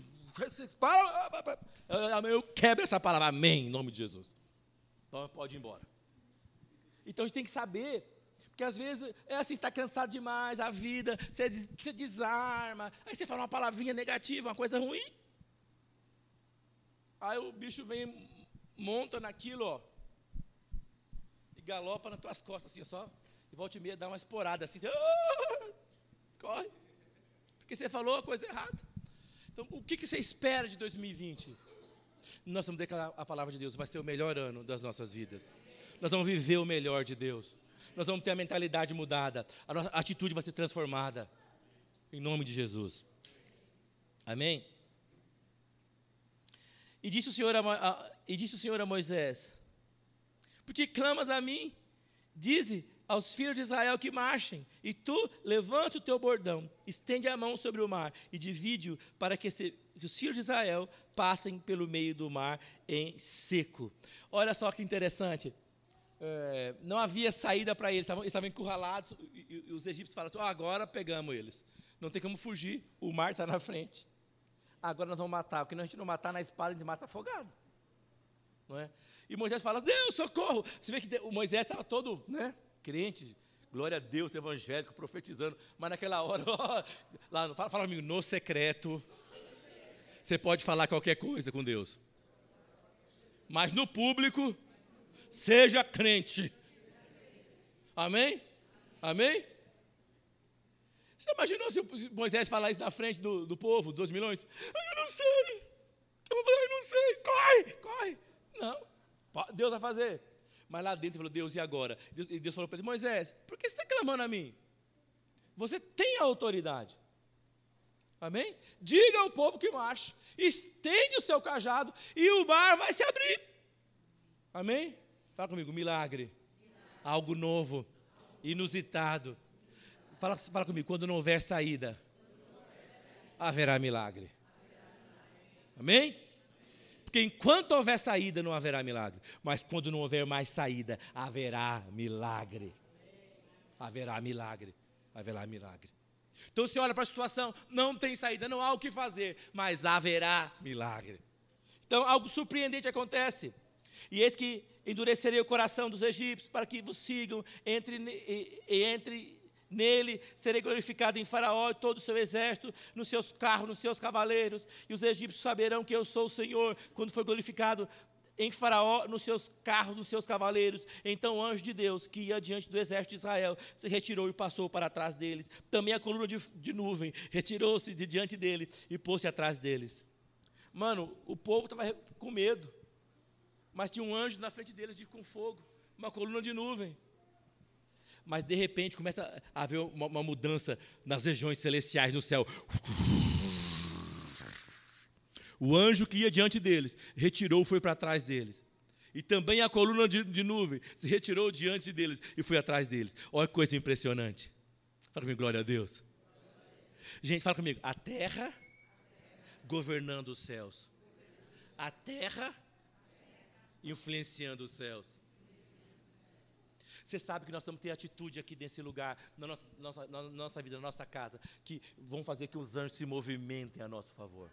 Eu quebro essa palavra, amém, em nome de Jesus. Então pode ir embora. Então a gente tem que saber, porque às vezes é assim, você está cansado demais, a vida, você, você desarma, aí você fala uma palavrinha negativa, uma coisa ruim. Aí o bicho vem, monta naquilo, ó, e galopa nas tuas costas, assim, só. E volta e meia dá uma esporada assim, ah, corre, porque você falou a coisa errada. Então, o que, que você espera de dois mil e vinte? Nós vamos declarar a palavra de Deus, vai ser o melhor ano das nossas vidas. Nós vamos viver o melhor de Deus. Nós vamos ter a mentalidade mudada, a nossa atitude vai ser transformada, em nome de Jesus. Amém? E disse o Senhor a, a, e disse o Senhor a Moisés, porque clamas a mim, dize aos filhos de Israel que marchem, e tu levanta o teu bordão, estende a mão sobre o mar e divide-o para que, se, que os filhos de Israel passem pelo meio do mar em seco. Olha só que interessante, é, não havia saída para eles, estavam, eles estavam encurralados, e, e, e os egípcios falaram assim, oh, agora pegamos eles, não tem como fugir, o mar está na frente, agora nós vamos matar, porque se a gente não matar na espada, a gente mata afogado, não é? E Moisés fala, Deus, socorro, você vê que o Moisés estava todo, né, crente, glória a Deus, evangélico, profetizando, mas naquela hora, ó, lá, fala, fala comigo, no secreto, você pode falar qualquer coisa com Deus, mas no público, seja crente, amém? Amém? Você imaginou se Moisés falar isso na frente do, do povo, dos milhões? Eu não sei, eu vou falar, eu não sei, corre, corre, não, Deus vai fazer. Mas lá dentro ele falou, Deus, e agora? Deus, e Deus falou para ele, Moisés, por que você está clamando a mim? Você tem a autoridade. Amém? Diga ao povo que marche, estende o seu cajado e o mar vai se abrir. Amém? Fala comigo, milagre. milagre. Algo novo, inusitado. Fala, fala comigo, quando não houver saída, haverá milagre. Amém? Porque enquanto houver saída, não haverá milagre. Mas quando não houver mais saída, haverá milagre. Haverá milagre. Haverá milagre. Então você olha para a situação, não tem saída, não há o que fazer, mas haverá milagre. Então algo surpreendente acontece. E eis que endurecerei o coração dos egípcios para que vos sigam, entre, e, e entre nele serei glorificado em Faraó e todo o seu exército, nos seus carros, nos seus cavaleiros, e os egípcios saberão que eu sou o Senhor, quando for glorificado em Faraó, nos seus carros, nos seus cavaleiros. Então o anjo de Deus, que ia diante do exército de Israel, se retirou e passou para trás deles. Também a coluna de, de nuvem retirou-se de diante dele e pôs-se atrás deles. Mano, o povo estava com medo, mas tinha um anjo na frente deles de, com fogo, uma coluna de nuvem. Mas de repente começa a haver uma, uma mudança nas regiões celestiais no céu. O anjo que ia diante deles retirou e foi para trás deles. E também a coluna de, de nuvem se retirou diante deles e foi atrás deles. Olha que coisa impressionante. Fala comigo, glória a Deus. Gente, fala comigo. A terra governando os céus. A terra influenciando os céus. Você sabe que nós temos que ter atitude aqui nesse lugar, na nossa, nossa, na nossa vida, na nossa casa, que vão fazer que os anjos se movimentem a nosso favor.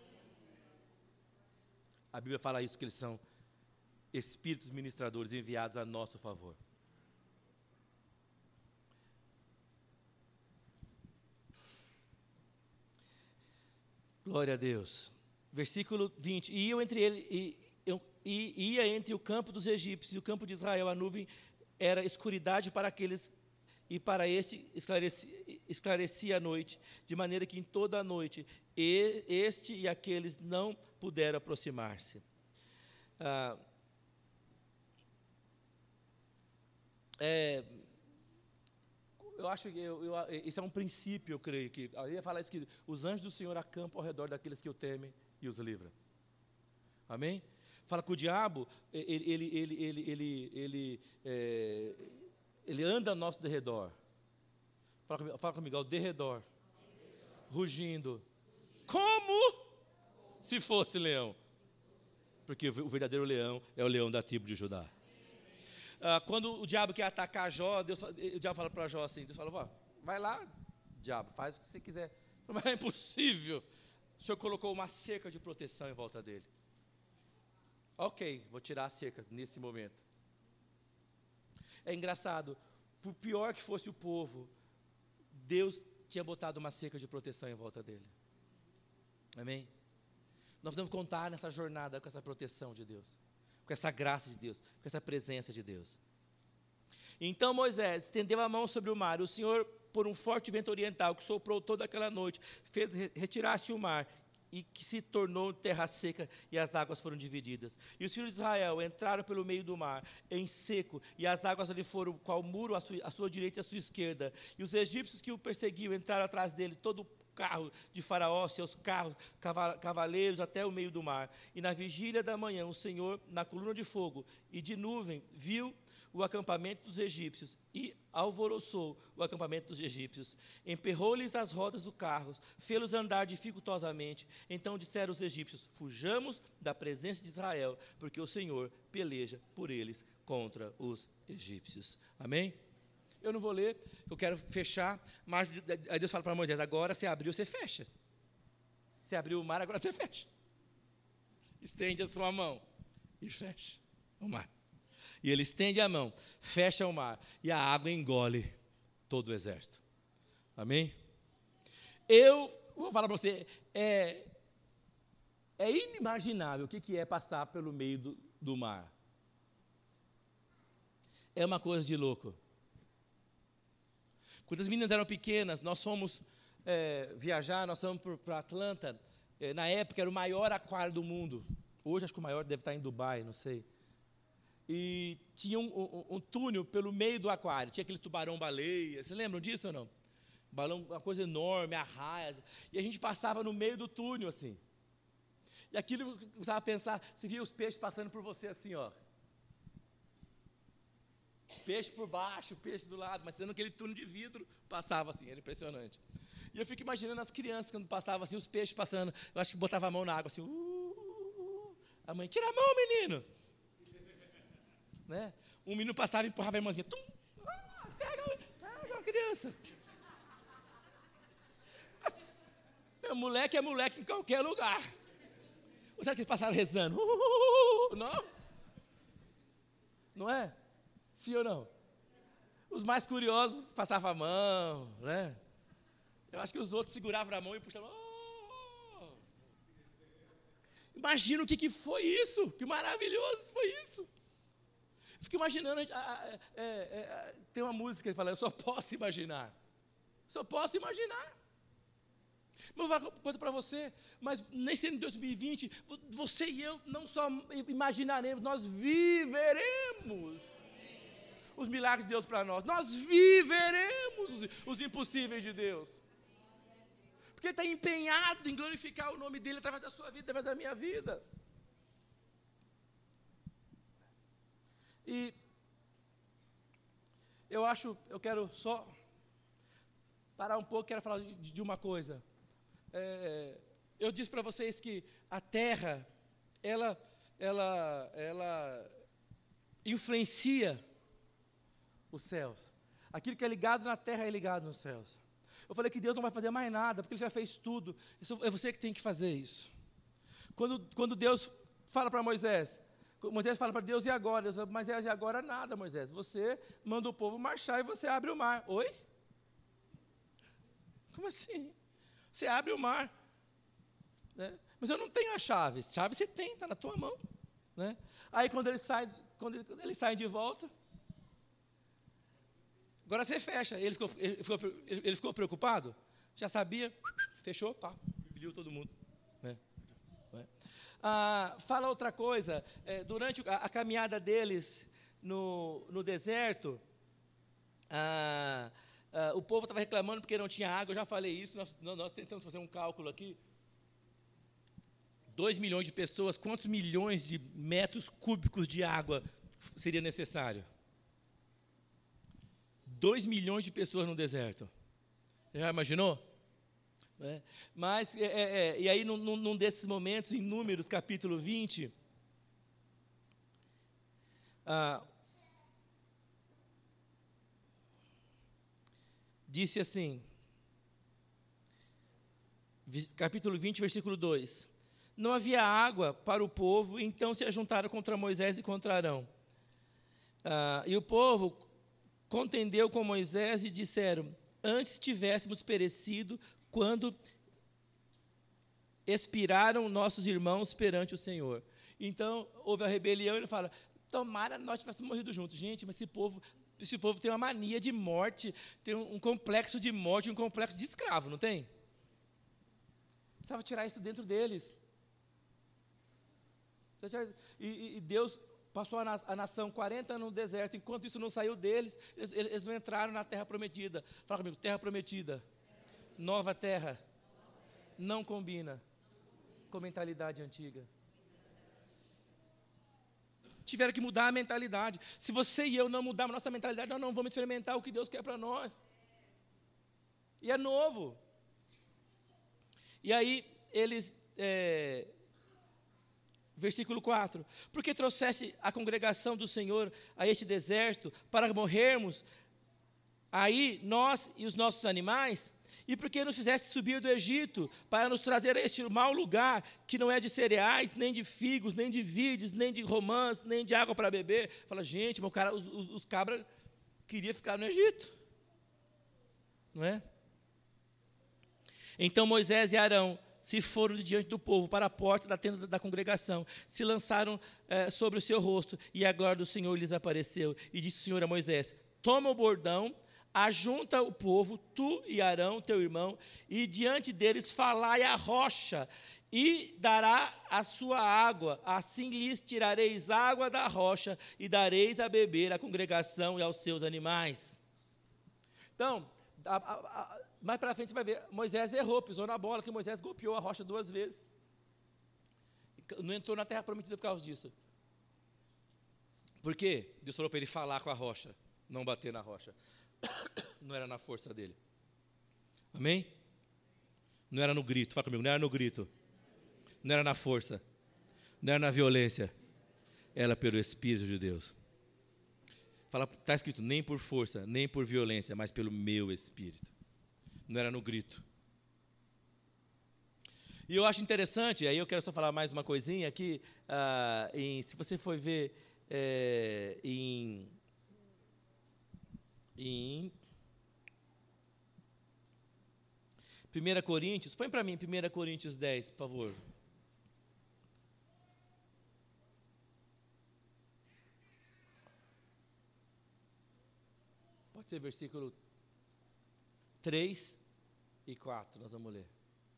A Bíblia fala isso, que eles são espíritos ministradores enviados a nosso favor. Glória a Deus. Versículo vinte. E eu entre ele, e, eu, e ia entre o campo dos egípcios e o campo de Israel, a nuvem era escuridade para aqueles, e para este esclarecia, esclarecia a noite, de maneira que em toda a noite e, este e aqueles não puderam aproximar-se. Ah, é, eu acho que eu, eu, isso é um princípio, eu creio que eu ia falar isso, que os anjos do Senhor acampam ao redor daqueles que o temem e os livra. Amém? Fala que o diabo, ele, ele, ele, ele, ele, ele, é, ele anda ao nosso derredor. Fala comigo, fala comigo, ao derredor. Rugindo. Como se fosse leão. Porque o verdadeiro leão é o leão da tribo de Judá. ah, quando o diabo quer atacar Jó, Deus, o diabo fala para Jó assim, Deus fala, ó, vai lá, diabo, faz o que você quiser. Mas é impossível. O Senhor colocou uma cerca de proteção em volta dele. Ok, vou tirar a cerca nesse momento. É engraçado, por pior que fosse o povo, Deus tinha botado uma cerca de proteção em volta dele. Amém? Nós devemos contar nessa jornada com essa proteção de Deus, com essa graça de Deus, com essa presença de Deus. Então Moisés estendeu a mão sobre o mar, o Senhor, por um forte vento oriental que soprou toda aquela noite, fez retirar-se o mar, e que se tornou terra seca, e as águas foram divididas. E os filhos de Israel entraram pelo meio do mar, em seco, e as águas ali foram qual muro à sua, à sua direita e à sua esquerda. E os egípcios que o perseguiam entraram atrás dele, todo o carro de Faraó, seus carros, cavaleiros, até o meio do mar. E na vigília da manhã, o Senhor, na coluna de fogo e de nuvem, viu o acampamento dos egípcios e alvoroçou o acampamento dos egípcios. Emperrou-lhes as rodas do carro, fê-los andar dificultosamente. Então disseram os egípcios, fujamos da presença de Israel, porque o Senhor peleja por eles contra os egípcios. Amém? Eu não vou ler, eu quero fechar, mas aí Deus fala para Moisés, agora você abriu, você fecha. Você abriu o mar, agora você fecha. Estende a sua mão e fecha o mar. E ele estende a mão, fecha o mar, e a água engole todo o exército. Amém? Eu vou falar para você, é, é inimaginável o que, que é passar pelo meio do, do mar. É uma coisa de louco. Quando as meninas eram pequenas, nós fomos é, viajar, nós fomos para Atlanta, é, na época era o maior aquário do mundo. Hoje acho que o maior deve estar em Dubai, não sei. E tinha um, um, um túnel pelo meio do aquário, tinha aquele tubarão-baleia, vocês lembram disso ou não? Balão, uma coisa enorme, arraias, e a gente passava no meio do túnel, assim. E aquilo, você precisava pensar, você via os peixes passando por você assim, ó. Peixe por baixo, peixe do lado, mas tendo aquele túnel de vidro, passava assim, era impressionante. E eu fico imaginando as crianças, quando passavam assim, os peixes passando, eu acho que botava a mão na água assim, uh, uh, uh, a mãe, tira a mão, menino! Né? Um menino passava e empurrava a irmãzinha. Tum, ah, pega, pega a criança. Meu, moleque é moleque em qualquer lugar. Ou será que eles passaram rezando? Uh, uh, uh, não? Não é? Sim ou não? Os mais curiosos passavam a mão, né? Eu acho que os outros seguravam a mão e puxavam. Oh! Imagina o que, que foi isso. Que maravilhoso foi isso. Fico imaginando, é, é, é, tem uma música que fala, eu só posso imaginar. Só posso imaginar. Mas vou falar uma coisa para você, mas nesse ano de dois mil e vinte, você e eu não só imaginaremos, nós viveremos os milagres de Deus para nós. Nós viveremos os, os impossíveis de Deus. Porque Ele está empenhado em glorificar o nome dEle através da sua vida, através da minha vida. E eu acho, eu quero só parar um pouco, quero falar de, de uma coisa. É, eu disse para vocês que a terra, ela, ela, ela influencia os céus. Aquilo que é ligado na terra é ligado nos céus. Eu falei que Deus não vai fazer mais nada, porque Ele já fez tudo. Isso, é você que tem que fazer isso. Quando, quando Deus fala para Moisés, Moisés fala para Deus, e agora? Deus fala, mas é agora nada, Moisés. Você manda o povo marchar e você abre o mar. Oi? Como assim? Você abre o mar. Né? Mas eu não tenho a chave. Chave você tem, está na tua mão. Né? Aí quando eles saem, quando eles saem de volta, agora você fecha. Ele ficou, ele ficou, ele ficou preocupado? Já sabia, fechou, pá, pediu todo mundo. Né? Ah, fala outra coisa, é, durante a, a caminhada deles no, no deserto, ah, ah, o povo estava reclamando porque não tinha água, eu já falei isso, nós, nós tentamos fazer um cálculo aqui, dois milhões de pessoas, quantos milhões de metros cúbicos de água seria necessário? Dois milhões de pessoas no deserto, já imaginou? É, mas, é, é, e aí num, num desses momentos, em Números capítulo vinte, ah, disse assim, capítulo vinte, versículo dois, não havia água para o povo, então se ajuntaram contra Moisés e contra Arão. Ah, e o povo contendeu com Moisés e disseram, antes tivéssemos perecido quando expiraram nossos irmãos perante o Senhor. Então, houve a rebelião, e ele fala, tomara nós tivéssemos morrido juntos. Gente, mas esse povo, esse povo tem uma mania de morte, tem um, um complexo de morte, um complexo de escravo, não tem? Precisava tirar isso dentro deles. E, e Deus passou a, na, a nação quarenta anos no deserto, enquanto isso não saiu deles, eles, eles não entraram na terra prometida. Fala comigo, terra prometida, nova terra, não combina com mentalidade antiga. Tiveram que mudar a mentalidade. Se você e eu não mudarmos a nossa mentalidade, nós não vamos experimentar o que Deus quer para nós. E é novo. E aí, eles, é, versículo quatro, porque trouxesse a congregação do Senhor a este deserto, para morrermos, aí nós e os nossos animais, e porque nos fizesse subir do Egito, para nos trazer a este mau lugar, que não é de cereais, nem de figos, nem de vides, nem de romãs, nem de água para beber. Fala, gente, mas o cara, os, os, os cabras queriam ficar no Egito. Não é? Então Moisés e Arão se foram de diante do povo para a porta da tenda da congregação, se lançaram eh, sobre o seu rosto, e a glória do Senhor lhes apareceu. E disse o Senhor a Moisés, toma o bordão, ajunta o povo, tu e Arão, teu irmão, e diante deles falai a rocha, e dará a sua água, assim lhes tirareis água da rocha, e dareis a beber à congregação e aos seus animais. Então, a, a, a, mais para frente você vai ver, Moisés errou, pisou na bola, que Moisés golpeou a rocha duas vezes. Não entrou na terra prometida por causa disso. Por quê? Deus falou para ele falar com a rocha, não bater na rocha. Não era na força dele. Amém? Não era no grito, fala comigo, não era no grito. Não era na força. Não era na violência. Era pelo Espírito de Deus. Está escrito, nem por força, nem por violência, mas pelo meu Espírito. Não era no grito. E eu acho interessante, aí eu quero só falar mais uma coisinha aqui, ah, em, se você for ver é, em, em primeira Coríntios, põe para mim primeira Coríntios dez, por favor. Pode ser versículo três e quatro, nós vamos ler.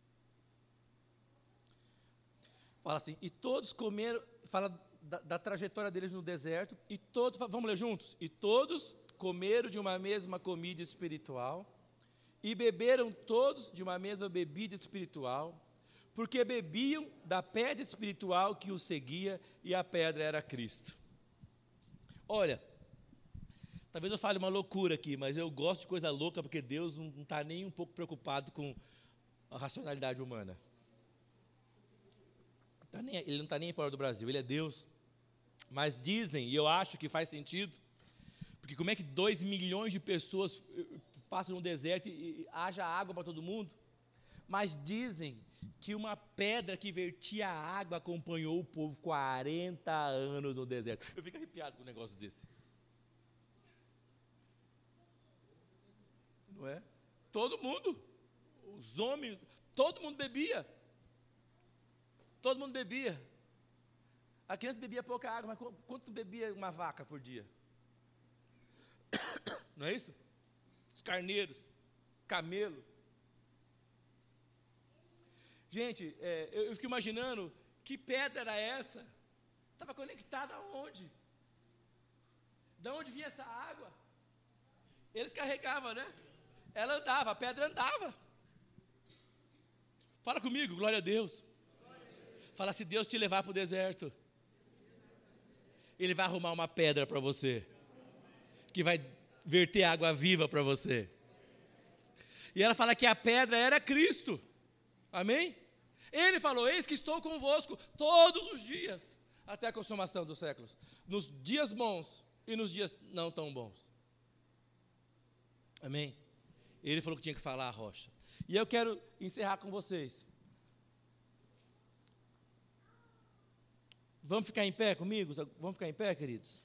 Fala assim, e todos comeram, fala da, da trajetória deles no deserto, e todos, vamos ler juntos? E todos comeram de uma mesma comida espiritual, e beberam todos de uma mesma bebida espiritual, porque bebiam da pedra espiritual que os seguia, e a pedra era Cristo. Olha, talvez eu fale uma loucura aqui, mas eu gosto de coisa louca, porque Deus não está nem um pouco preocupado com a racionalidade humana. Tá nem, ele não está nem fora do Brasil, ele é Deus. Mas dizem, e eu acho que faz sentido, porque como é que dois milhões de pessoas passam no deserto e, e haja água para todo mundo? Mas dizem que uma pedra que vertia água acompanhou o povo quarenta anos no deserto. Eu fico arrepiado com um negócio desse. Não é? Todo mundo, os homens, todo mundo bebia. Todo mundo bebia. A criança bebia pouca água, mas quanto bebia uma vaca por dia? Não é isso? Os carneiros, camelo. Gente, é, eu, eu fico imaginando que pedra era essa? Estava conectada aonde? De onde vinha essa água? Eles carregavam, né? Ela andava, a pedra andava. Fala comigo, glória a Deus. Glória a Deus. Fala, se Deus te levar para o deserto, Ele vai arrumar uma pedra para você, que vai verter água viva para você. E ela fala que a pedra era Cristo. Amém? Ele falou, eis que estou convosco todos os dias, até a consumação dos séculos. Nos dias bons e nos dias não tão bons. Amém? Ele falou que tinha que falar a rocha. E eu quero encerrar com vocês. Vamos ficar em pé comigo? Vamos ficar em pé, queridos?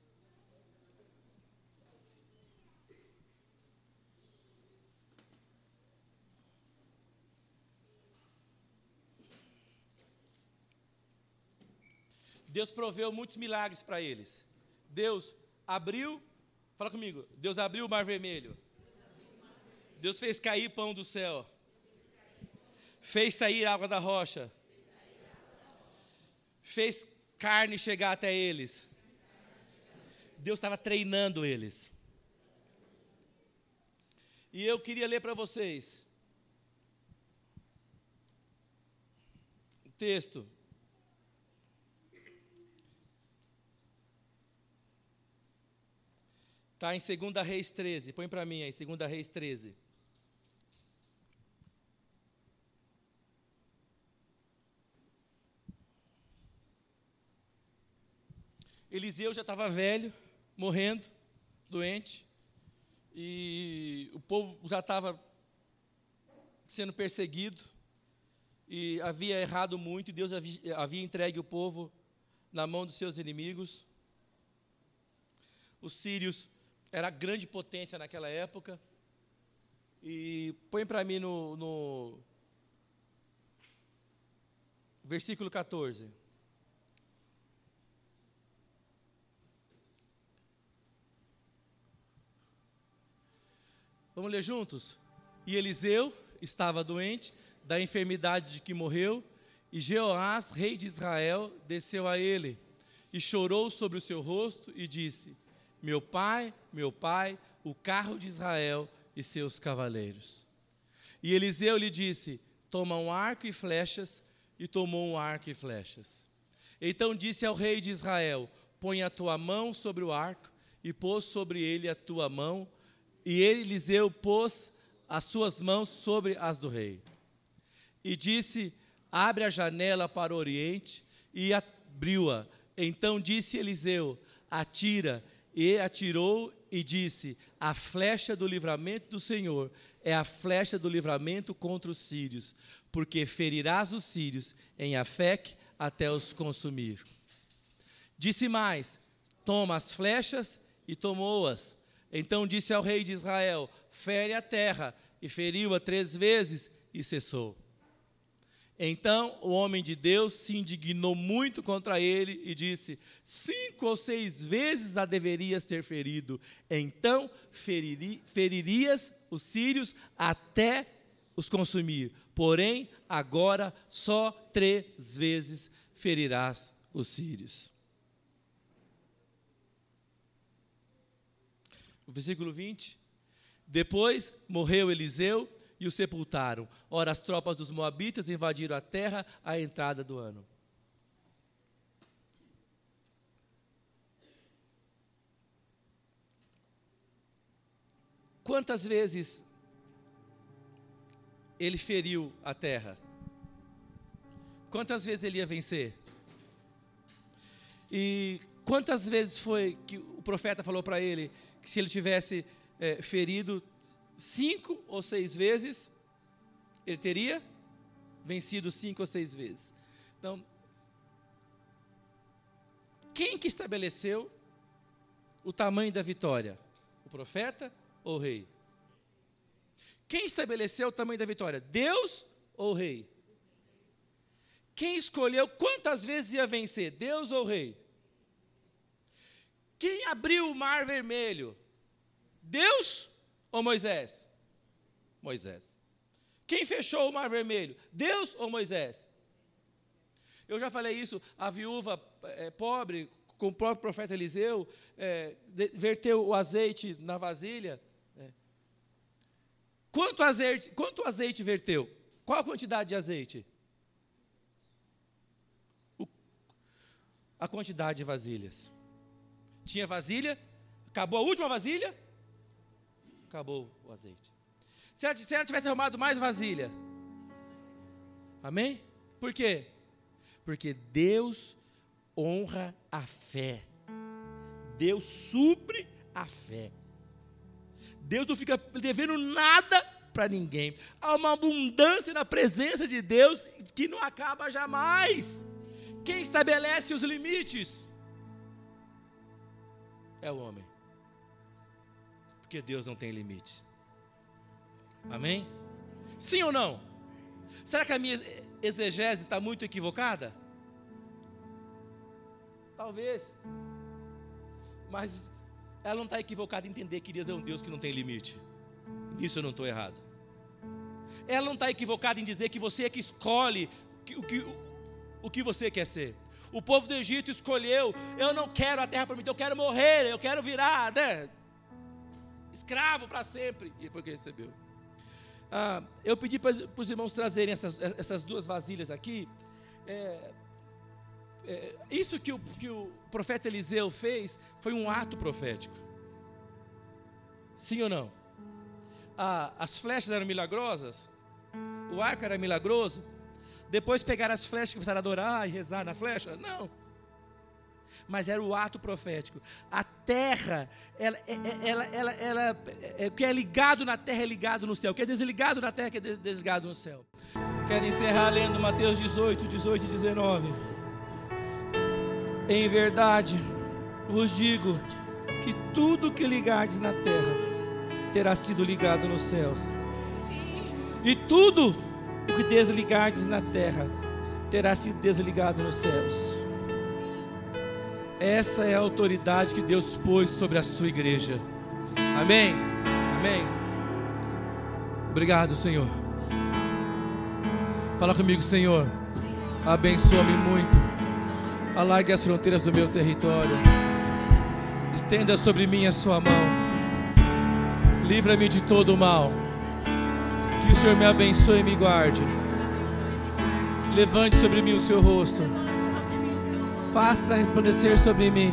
Deus proveu muitos milagres para eles. Deus abriu, fala comigo, Deus abriu o mar vermelho. Deus fez cair pão do céu. Fez sair água da rocha. Fez carne chegar até eles. Deus estava treinando eles. E eu queria ler para vocês o texto. Está em segunda Reis treze. Põe para mim aí, segunda Reis treze. Eliseu já estava velho, morrendo, doente, e o povo já estava sendo perseguido, e havia errado muito, e Deus havia, havia entregue o povo na mão dos seus inimigos. Os sírios era grande potência naquela época, e põe para mim no, no versículo catorze. Vamos ler juntos? E Eliseu estava doente, da enfermidade de que morreu, e Jeoás, rei de Israel, desceu a ele, e chorou sobre o seu rosto, e disse: meu pai, meu pai, o carro de Israel e seus cavaleiros. E Eliseu lhe disse: toma um arco e flechas, e tomou um arco e flechas. Então disse ao rei de Israel: põe a tua mão sobre o arco, e pôs sobre ele a tua mão, e Eliseu pôs as suas mãos sobre as do rei. E disse: abre a janela para o oriente, e abriu-a. Então disse Eliseu: atira. E atirou e disse: a flecha do livramento do Senhor é a flecha do livramento contra os sírios, porque ferirás os sírios em Afec até os consumir. Disse mais: toma as flechas, e tomou-as. Então disse ao rei de Israel: fere a terra, e feriu-a três vezes, e cessou. Então o homem de Deus se indignou muito contra ele e disse: cinco ou seis vezes a deverias ter ferido, então feriri, feririas os sírios até os consumir. Porém, agora só três vezes ferirás os sírios. O versículo vinte. Depois morreu Eliseu, e o sepultaram. Ora, as tropas dos moabitas invadiram a terra à entrada do ano. Quantas vezes ele feriu a terra? Quantas vezes ele ia vencer? E quantas vezes foi que o profeta falou para ele que se ele tivesse é, ferido cinco ou seis vezes, ele teria vencido cinco ou seis vezes. Então, quem que estabeleceu o tamanho da vitória? O profeta ou o rei? Quem estabeleceu o tamanho da vitória? Deus ou o rei? Quem escolheu quantas vezes ia vencer? Deus ou o rei? Quem abriu o mar vermelho? Deus ou Moisés? Moisés. Quem fechou o mar vermelho? Deus ou Moisés? Eu já falei isso, a viúva é, pobre, com o próprio profeta Eliseu, é, de, verteu o azeite na vasilha. É. Quanto azeite, quanto azeite verteu? Qual a quantidade de azeite? O, a quantidade de vasilhas. Tinha vasilha, acabou a última vasilha, acabou o azeite. Se ela, se ela tivesse arrumado mais vasilha, amém? Por quê? Porque Deus honra a fé. Deus supre a fé. Deus não fica devendo nada para ninguém. Há uma abundância na presença de Deus que não acaba jamais. Quem estabelece os limites é o homem. Porque Deus não tem limite. Amém? Sim ou não? Será que a minha exegese está muito equivocada? Talvez. Mas ela não está equivocada em entender que Deus é um Deus que não tem limite. Nisso eu não estou errado. Ela não está equivocada em dizer que você é que escolhe o que, o, o que você quer ser. O povo do Egito escolheu: eu não quero a terra prometida, eu quero morrer, eu quero virar, né, escravo para sempre. E foi o que recebeu. Ah, eu pedi para os irmãos trazerem essas, essas duas vasilhas aqui. É, é, isso que o, que o profeta Eliseu fez foi um ato profético. Sim ou não? Ah, as flechas eram milagrosas, o arco era milagroso. Depois pegaram as flechas e começaram a adorar e rezar na flecha? Não. Mas era o ato profético. A terra, ela, ela, ela, ela, o que é ligado na terra é ligado no céu. O que é desligado na terra é desligado no céu. Quero encerrar lendo Mateus dezoito, dezoito e dezenove. Em verdade vos digo que tudo que ligardes na terra terá sido ligado nos céus. E tudo o que desligardes na terra terá sido desligado nos céus. Essa é a autoridade que Deus pôs sobre a sua igreja. Amém? Amém? Obrigado, Senhor. Fala comigo, Senhor. Abençoa-me muito. Alargue as fronteiras do meu território. Estenda sobre mim a sua mão. Livra-me de todo o mal. Que o Senhor me abençoe e me guarde. Levante sobre mim o seu rosto. Faça resplandecer sobre mim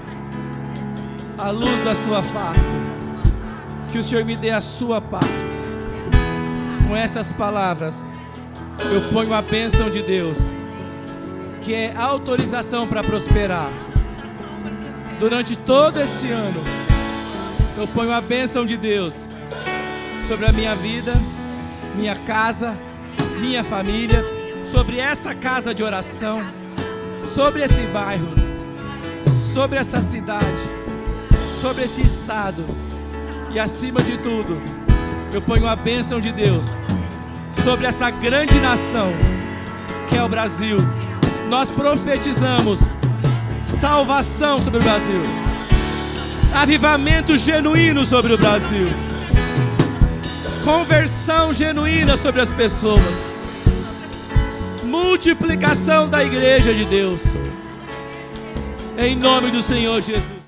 a luz da sua face. Que o Senhor me dê a sua paz. Com essas palavras, eu ponho a bênção de Deus, que é autorização para prosperar. Durante todo esse ano, eu ponho a bênção de Deus sobre a minha vida, minha casa, minha família, sobre essa casa de oração, sobre esse bairro, sobre essa cidade, sobre esse estado. E acima de tudo, eu ponho a bênção de Deus sobre essa grande nação que é o Brasil. Nós profetizamos salvação sobre o Brasil, avivamento genuíno sobre o Brasil, conversão genuína sobre as pessoas, multiplicação da igreja de Deus, em nome do Senhor Jesus.